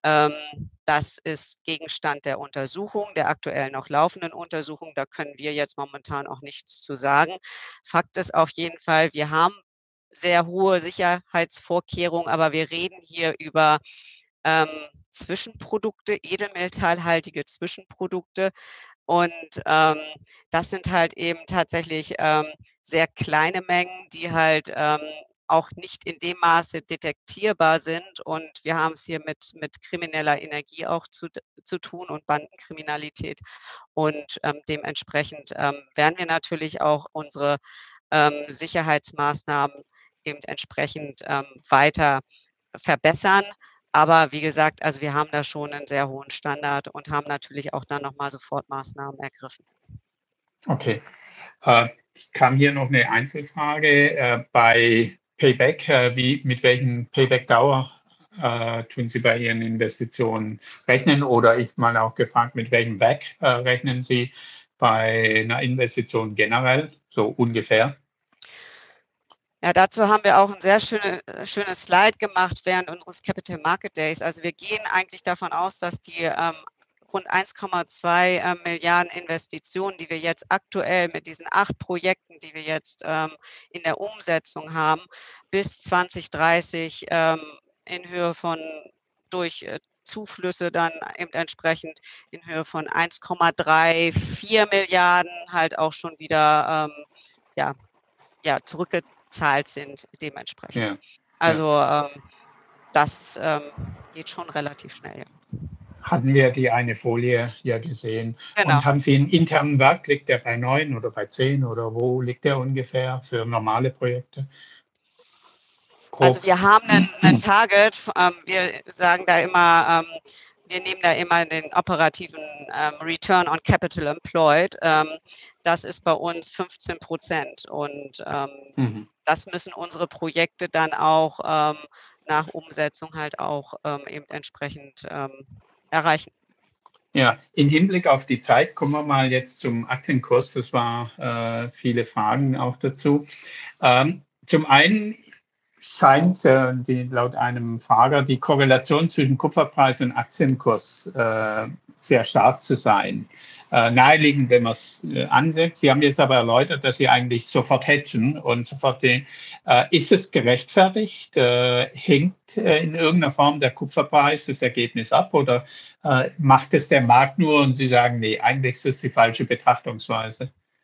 das ist Gegenstand der Untersuchung, der aktuell noch laufenden Untersuchung. Da können wir jetzt momentan auch nichts zu sagen. Fakt ist auf jeden Fall, wir haben sehr hohe Sicherheitsvorkehrungen, aber wir reden hier über Zwischenprodukte, edelmetallhaltige Zwischenprodukte. Und das sind halt eben tatsächlich sehr kleine Mengen, die halt auch nicht in dem Maße detektierbar sind. Und wir haben es hier mit krimineller Energie auch zu tun und Bandenkriminalität. Und dementsprechend werden wir natürlich auch unsere Sicherheitsmaßnahmen eben entsprechend weiter verbessern. Aber wie gesagt, also wir haben da schon einen sehr hohen Standard und haben natürlich auch dann nochmal Sofortmaßnahmen ergriffen. Okay. Kam hier noch eine Einzelfrage bei Payback. Mit welchen Payback-Dauer tun Sie bei Ihren Investitionen rechnen? Oder ich mal auch gefragt, mit welchem WACC rechnen Sie bei einer Investition generell, so ungefähr? Ja, dazu haben wir auch ein sehr schönes Slide gemacht während unseres Capital Market Days. Also wir gehen eigentlich davon aus, dass die rund 1,2 Milliarden Investitionen, die wir jetzt aktuell mit diesen 8 Projekten, die wir jetzt in der Umsetzung haben, bis 2030 in Höhe von durch Zuflüsse dann eben entsprechend in Höhe von 1,34 Milliarden halt auch schon wieder zurückgezahlt sind dementsprechend. Ja. Also das geht schon relativ schnell. Ja. Hatten wir die eine Folie ja gesehen. Genau. Und haben Sie einen internen Wert? Liegt der bei 9 oder bei 10 oder wo liegt der ungefähr für normale Projekte? Grob. Also wir haben einen Target. Wir sagen da immer, wir nehmen da immer den operativen Return on Capital Employed. Das ist bei uns 15%. Und das müssen unsere Projekte dann auch nach Umsetzung halt auch eben entsprechend erreichen. Ja, im Hinblick auf die Zeit kommen wir mal jetzt zum Aktienkurs. Das war viele Fragen auch dazu. Zum einen scheint laut einem Frager die Korrelation zwischen Kupferpreis und Aktienkurs sehr stark zu sein. Naheliegend, wenn man es ansetzt. Sie haben jetzt aber erläutert, dass Sie eigentlich sofort hedgen und sofort ist es gerechtfertigt? Hängt in irgendeiner Form der Kupferpreis das Ergebnis ab oder macht es der Markt nur und Sie sagen, nee, eigentlich ist das die falsche Betrachtungsweise?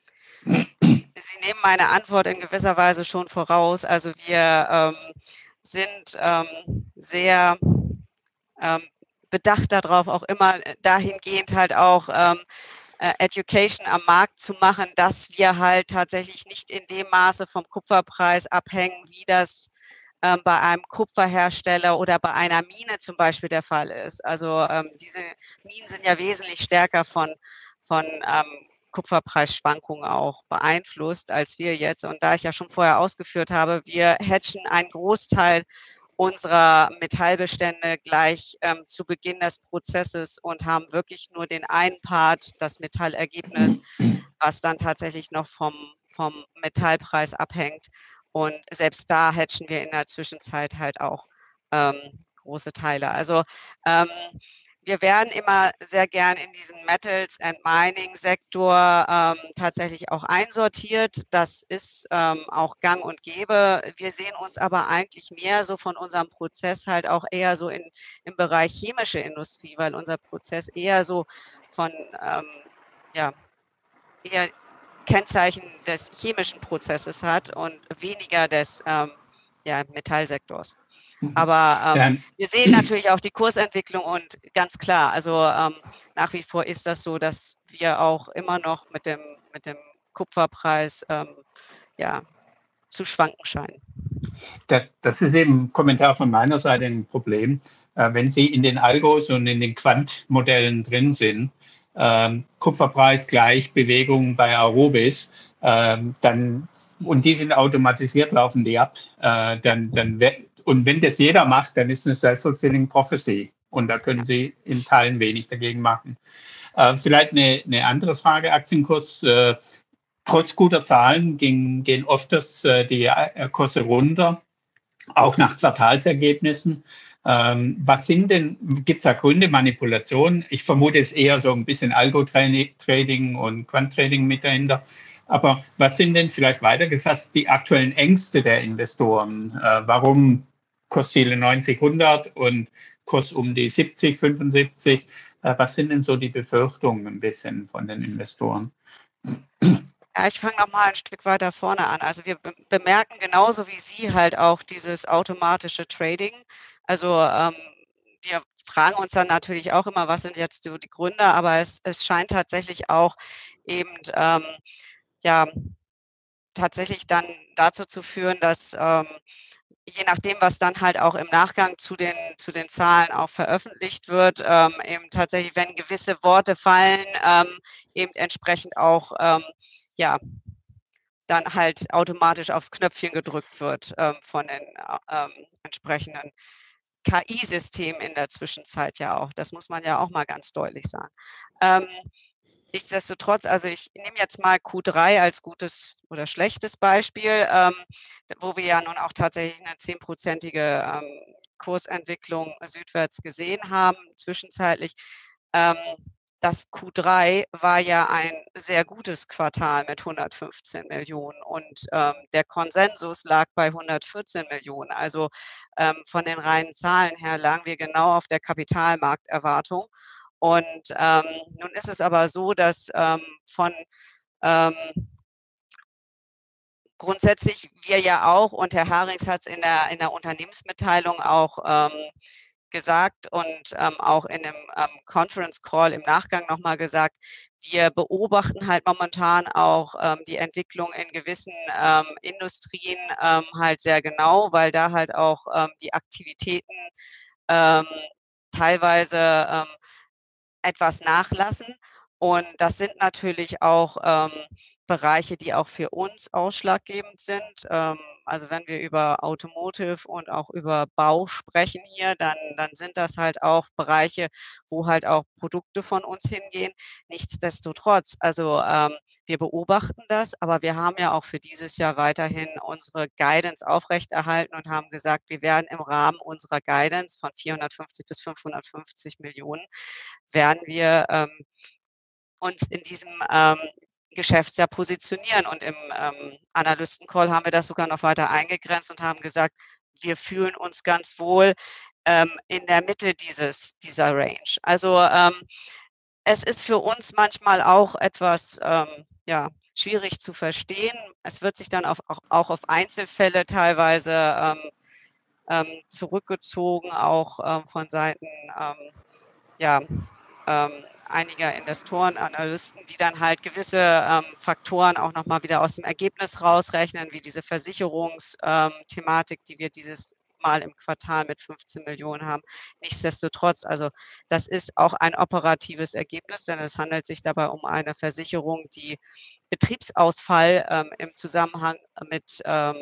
Sie nehmen meine Antwort in gewisser Weise schon voraus. Also wir sind sehr bedacht darauf, auch immer dahingehend halt auch Education am Markt zu machen, dass wir halt tatsächlich nicht in dem Maße vom Kupferpreis abhängen, wie das bei einem Kupferhersteller oder bei einer Mine zum Beispiel der Fall ist. Also diese Minen sind ja wesentlich stärker von Kupferpreisschwankungen auch beeinflusst als wir jetzt. Und da ich ja schon vorher ausgeführt habe, wir hedgen einen Großteil unserer Metallbestände gleich zu Beginn des Prozesses und haben wirklich nur den einen Part, das Metallergebnis, was dann tatsächlich noch vom Metallpreis abhängt. Und selbst da hedgen wir in der Zwischenzeit halt auch große Teile. Also wir werden immer sehr gern in diesen Metals and Mining Sektor tatsächlich auch einsortiert. Das ist auch gang und gäbe. Wir sehen uns aber eigentlich mehr so von unserem Prozess halt auch eher so im Bereich chemische Industrie, weil unser Prozess eher so von eher Kennzeichen des chemischen Prozesses hat und weniger des Metallsektors. Aber wir sehen natürlich auch die Kursentwicklung und ganz klar, also nach wie vor ist das so, dass wir auch immer noch mit dem Kupferpreis zu schwanken scheinen. Das ist eben ein Kommentar von meiner Seite ein Problem. Wenn Sie in den Algos und in den Quant-Modellen drin sind, Kupferpreis gleich Bewegung bei Arubis, und die sind automatisiert, laufen die ab, und wenn das jeder macht, dann ist es eine self-fulfilling prophecy. Und da können Sie in Teilen wenig dagegen machen. Vielleicht eine andere Frage, Aktienkurs. Trotz guter Zahlen gehen oft die Kurse runter, auch nach Quartalsergebnissen. Gibt es da Gründe, Manipulation? Ich vermute es eher so ein bisschen Algo-Trading und Quant-Trading mit dahinter. Aber was sind denn vielleicht weitergefasst die aktuellen Ängste der Investoren? Warum Kursziele 90, 100 und Kurs um die 70, 75? Was sind denn so die Befürchtungen ein bisschen von den Investoren? Ja, ich fange nochmal ein Stück weiter vorne an. Also wir bemerken genauso wie Sie halt auch dieses automatische Trading. Also wir fragen uns dann natürlich auch immer, was sind jetzt so die Gründe, aber es scheint tatsächlich auch eben tatsächlich dann dazu zu führen, dass je nachdem, was dann halt auch im Nachgang zu den Zahlen auch veröffentlicht wird, eben tatsächlich, wenn gewisse Worte fallen, eben entsprechend auch dann halt automatisch aufs Knöpfchen gedrückt wird von den entsprechenden KI-Systemen in der Zwischenzeit ja auch. Das muss man ja auch mal ganz deutlich sagen. Nichtsdestotrotz, also ich nehme jetzt mal Q3 als gutes oder schlechtes Beispiel, wo wir ja nun auch tatsächlich eine 10%ige Kursentwicklung südwärts gesehen haben, zwischenzeitlich. Das Q3 war ja ein sehr gutes Quartal mit 115 Millionen und der Konsensus lag bei 114 Millionen. Also von den reinen Zahlen her lagen wir genau auf der Kapitalmarkterwartung. Und nun ist es aber so, dass grundsätzlich wir ja auch, und Herr Harings hat es in der Unternehmensmitteilung auch gesagt und auch in dem Conference Call im Nachgang nochmal gesagt, wir beobachten halt momentan auch die Entwicklung in gewissen Industrien halt sehr genau, weil da halt auch die Aktivitäten teilweise etwas nachlassen. Und das sind natürlich auch Bereiche, die auch für uns ausschlaggebend sind. Also wenn wir über Automotive und auch über Bau sprechen hier, dann sind das halt auch Bereiche, wo halt auch Produkte von uns hingehen. Nichtsdestotrotz, also wir beobachten das, aber wir haben ja auch für dieses Jahr weiterhin unsere Guidance aufrechterhalten und haben gesagt, wir werden im Rahmen unserer Guidance von 450 bis 550 Millionen, werden wir uns in diesem Geschäftsjahr positionieren. Und im Analystencall haben wir das sogar noch weiter eingegrenzt und haben gesagt, wir fühlen uns ganz wohl in der Mitte dieser Range. Also es ist für uns manchmal auch etwas schwierig zu verstehen. Es wird sich dann auch auf Einzelfälle teilweise zurückgezogen, auch von Seiten einiger Investoren, Analysten, die dann halt gewisse Faktoren auch nochmal wieder aus dem Ergebnis rausrechnen, wie diese Versicherungsthematik, die wir dieses Mal im Quartal mit 15 Millionen haben. Nichtsdestotrotz, also das ist auch ein operatives Ergebnis, denn es handelt sich dabei um eine Versicherung, die Betriebsausfall im Zusammenhang mit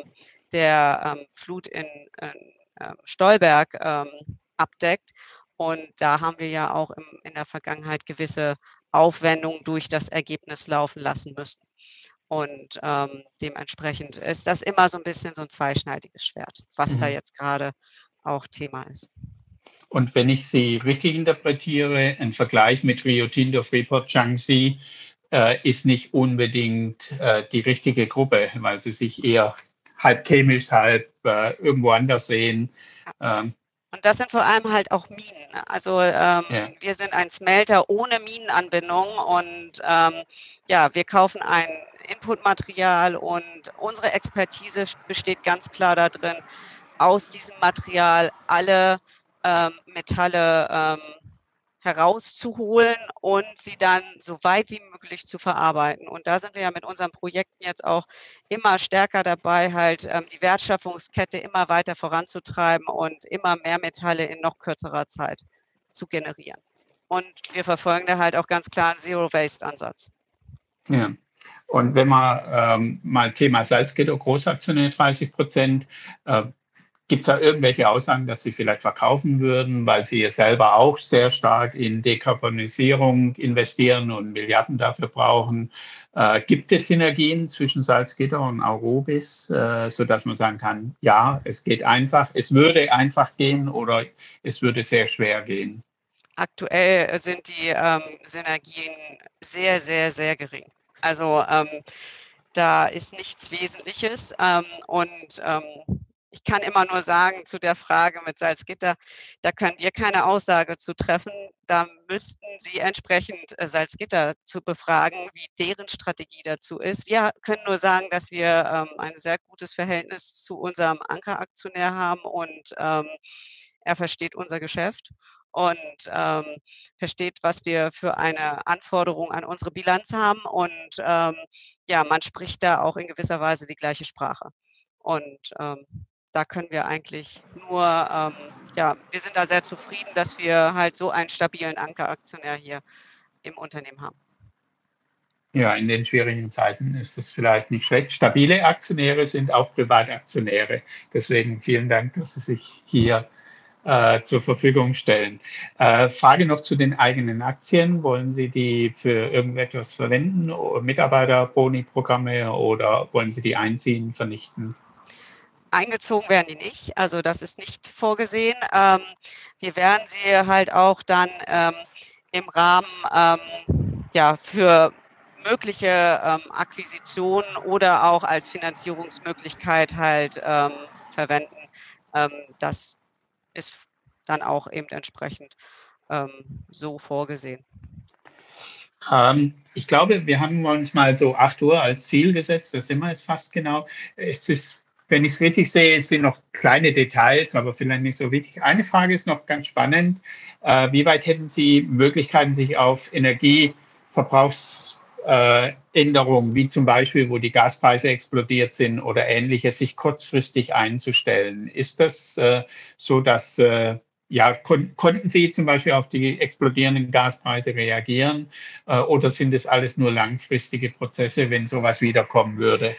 der Flut in Stolberg abdeckt. Und da haben wir ja auch in der Vergangenheit gewisse Aufwendungen durch das Ergebnis laufen lassen müssen. Und dementsprechend ist das immer so ein bisschen so ein zweischneidiges Schwert, was da jetzt gerade auch Thema ist. Und wenn ich Sie richtig interpretiere, ein Vergleich mit Rio Tinto Freeport Jiangxi ist nicht unbedingt die richtige Gruppe, weil sie sich eher halb chemisch, halb irgendwo anders sehen. Und das sind vor allem halt auch Minen. Also wir sind ein Smelter ohne Minenanbindung und wir kaufen ein Inputmaterial und unsere Expertise besteht ganz klar darin, aus diesem Material alle Metalle herauszuholen und sie dann so weit wie möglich zu verarbeiten. Und da sind wir ja mit unseren Projekten jetzt auch immer stärker dabei, halt die Wertschöpfungskette immer weiter voranzutreiben und immer mehr Metalle in noch kürzerer Zeit zu generieren. Und wir verfolgen da halt auch ganz klar einen Zero-Waste-Ansatz. Ja. Und wenn man mal Thema Salzgitter, Großaktionär 30%, gibt es da irgendwelche Aussagen, dass Sie vielleicht verkaufen würden, weil Sie ja selber auch sehr stark in Dekarbonisierung investieren und Milliarden dafür brauchen? Gibt es Synergien zwischen Salzgitter und Aurubis, sodass man sagen kann, ja, es geht einfach, es würde einfach gehen oder es würde sehr schwer gehen? Aktuell sind die Synergien sehr, sehr, sehr gering. Also da ist nichts Wesentliches ich kann immer nur sagen zu der Frage mit Salzgitter, da können wir keine Aussage zu treffen. Da müssten Sie entsprechend Salzgitter zu befragen, wie deren Strategie dazu ist. Wir können nur sagen, dass wir ein sehr gutes Verhältnis zu unserem Ankeraktionär haben und er versteht unser Geschäft und versteht, was wir für eine Anforderung an unsere Bilanz haben. Und man spricht da auch in gewisser Weise die gleiche Sprache. Und da können wir eigentlich nur, wir sind da sehr zufrieden, dass wir halt so einen stabilen Ankeraktionär hier im Unternehmen haben. Ja, in den schwierigen Zeiten ist es vielleicht nicht schlecht. Stabile Aktionäre sind auch Privataktionäre. Deswegen vielen Dank, dass Sie sich hier zur Verfügung stellen. Frage noch zu den eigenen Aktien. Wollen Sie die für irgendetwas verwenden, Mitarbeiterboni-Programme oder wollen Sie die einziehen, vernichten? Eingezogen werden die nicht, also das ist nicht vorgesehen. Wir werden sie halt auch dann im Rahmen für mögliche Akquisitionen oder auch als Finanzierungsmöglichkeit halt verwenden. Das ist dann auch eben entsprechend so vorgesehen. Ich glaube, wir haben uns mal so 8 Uhr als Ziel gesetzt, das sind wir jetzt fast genau. Es ist, wenn ich es richtig sehe, es sind noch kleine Details, aber vielleicht nicht so wichtig. Eine Frage ist noch ganz spannend. Wie weit hätten Sie Möglichkeiten, sich auf Energieverbrauchsänderungen, wie zum Beispiel, wo die Gaspreise explodiert sind oder Ähnliches, sich kurzfristig einzustellen? Ist das so, dass konnten Sie zum Beispiel auf die explodierenden Gaspreise reagieren oder sind das alles nur langfristige Prozesse, wenn sowas wiederkommen würde?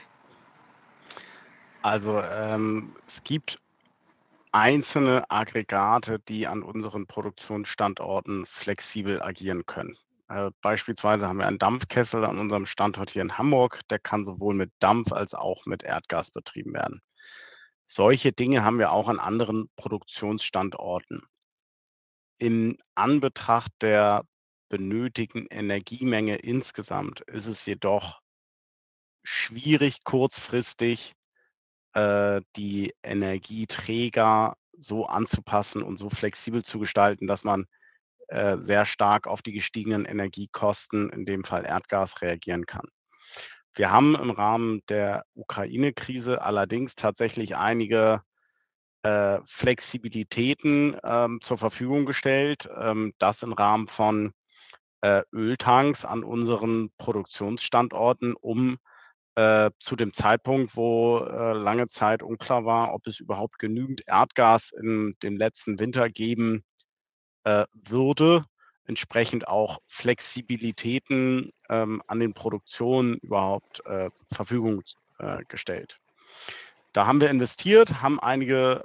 Also es gibt einzelne Aggregate, die an unseren Produktionsstandorten flexibel agieren können. Beispielsweise haben wir einen Dampfkessel an unserem Standort hier in Hamburg. Der kann sowohl mit Dampf als auch mit Erdgas betrieben werden. Solche Dinge haben wir auch an anderen Produktionsstandorten. In Anbetracht der benötigten Energiemenge insgesamt ist es jedoch schwierig, kurzfristig die Energieträger so anzupassen und so flexibel zu gestalten, dass man sehr stark auf die gestiegenen Energiekosten, in dem Fall Erdgas, reagieren kann. Wir haben im Rahmen der Ukraine-Krise allerdings tatsächlich einige Flexibilitäten zur Verfügung gestellt, das im Rahmen von Öltanks an unseren Produktionsstandorten, um zu dem Zeitpunkt, wo lange Zeit unklar war, ob es überhaupt genügend Erdgas in dem letzten Winter geben würde, entsprechend auch Flexibilitäten an den Produktionen überhaupt zur Verfügung gestellt. Da haben wir investiert, haben einige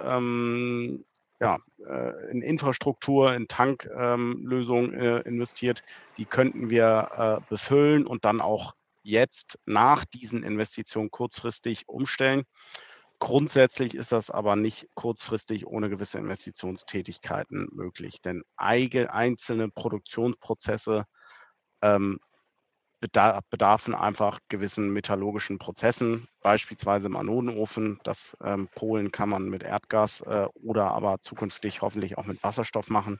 in Infrastruktur, in Tanklösungen investiert. Die könnten wir befüllen und dann auch jetzt nach diesen Investitionen kurzfristig umstellen. Grundsätzlich ist das aber nicht kurzfristig ohne gewisse Investitionstätigkeiten möglich, denn einzelne Produktionsprozesse bedarfen einfach gewissen metallurgischen Prozessen, beispielsweise im Anodenofen. Das Polen kann man mit Erdgas oder aber zukünftig hoffentlich auch mit Wasserstoff machen.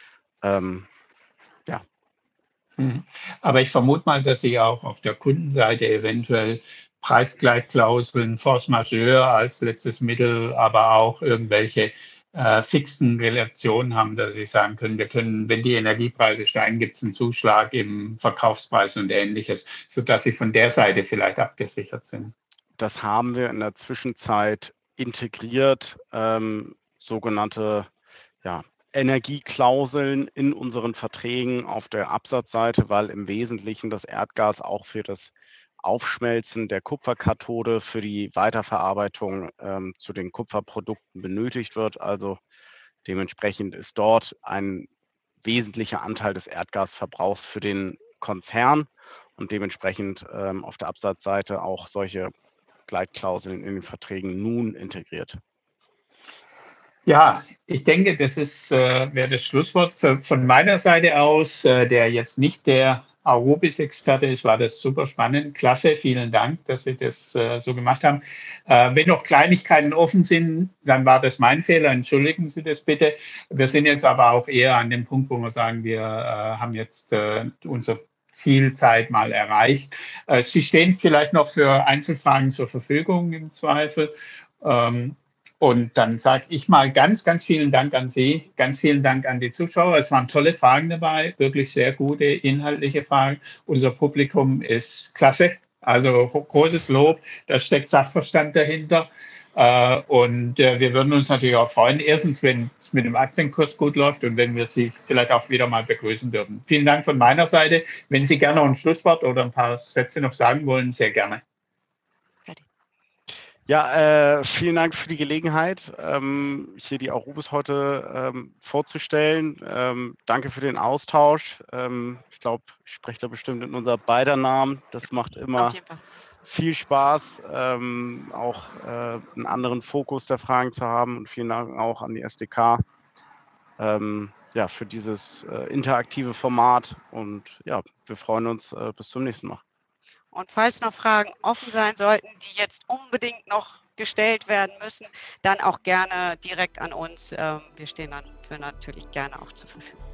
Aber ich vermute mal, dass Sie auch auf der Kundenseite eventuell Preisgleitklauseln, Force Majeure als letztes Mittel, aber auch irgendwelche fixen Relationen haben, dass Sie sagen können, wir können, wenn die Energiepreise steigen, gibt es einen Zuschlag im Verkaufspreis und Ähnliches, sodass Sie von der Seite vielleicht abgesichert sind. Das haben wir in der Zwischenzeit integriert, sogenannte Energieklauseln in unseren Verträgen auf der Absatzseite, weil im Wesentlichen das Erdgas auch für das Aufschmelzen der Kupferkathode für die Weiterverarbeitung zu den Kupferprodukten benötigt wird. Also dementsprechend ist dort ein wesentlicher Anteil des Erdgasverbrauchs für den Konzern und dementsprechend auf der Absatzseite auch solche Gleitklauseln in den Verträgen nun integriert. Ja, ich denke, das wäre das Schlusswort von meiner Seite aus, der jetzt nicht der Arubis-Experte ist, war das super spannend. Klasse, vielen Dank, dass Sie das so gemacht haben. Wenn noch Kleinigkeiten offen sind, dann war das mein Fehler. Entschuldigen Sie das bitte. Wir sind jetzt aber auch eher an dem Punkt, wo wir sagen, wir haben jetzt unsere Zielzeit mal erreicht. Sie stehen vielleicht noch für Einzelfragen zur Verfügung im Zweifel. Und dann sage ich mal ganz, ganz vielen Dank an Sie, ganz vielen Dank an die Zuschauer. Es waren tolle Fragen dabei, wirklich sehr gute inhaltliche Fragen. Unser Publikum ist klasse, also großes Lob, da steckt Sachverstand dahinter. Und wir würden uns natürlich auch freuen, erstens, wenn es mit dem Aktienkurs gut läuft und wenn wir Sie vielleicht auch wieder mal begrüßen dürfen. Vielen Dank von meiner Seite. Wenn Sie gerne noch ein Schlusswort oder ein paar Sätze noch sagen wollen, sehr gerne. Ja, vielen Dank für die Gelegenheit, hier die Arubis heute vorzustellen. Danke für den Austausch. Ich glaube, ich spreche da bestimmt in unser beider Namen. Das macht immer viel Spaß, auch einen anderen Fokus der Fragen zu haben. Und vielen Dank auch an die SDK für dieses interaktive Format. Und ja, wir freuen uns bis zum nächsten Mal. Und falls noch Fragen offen sein sollten, die jetzt unbedingt noch gestellt werden müssen, dann auch gerne direkt an uns. Wir stehen dann natürlich gerne auch zur Verfügung.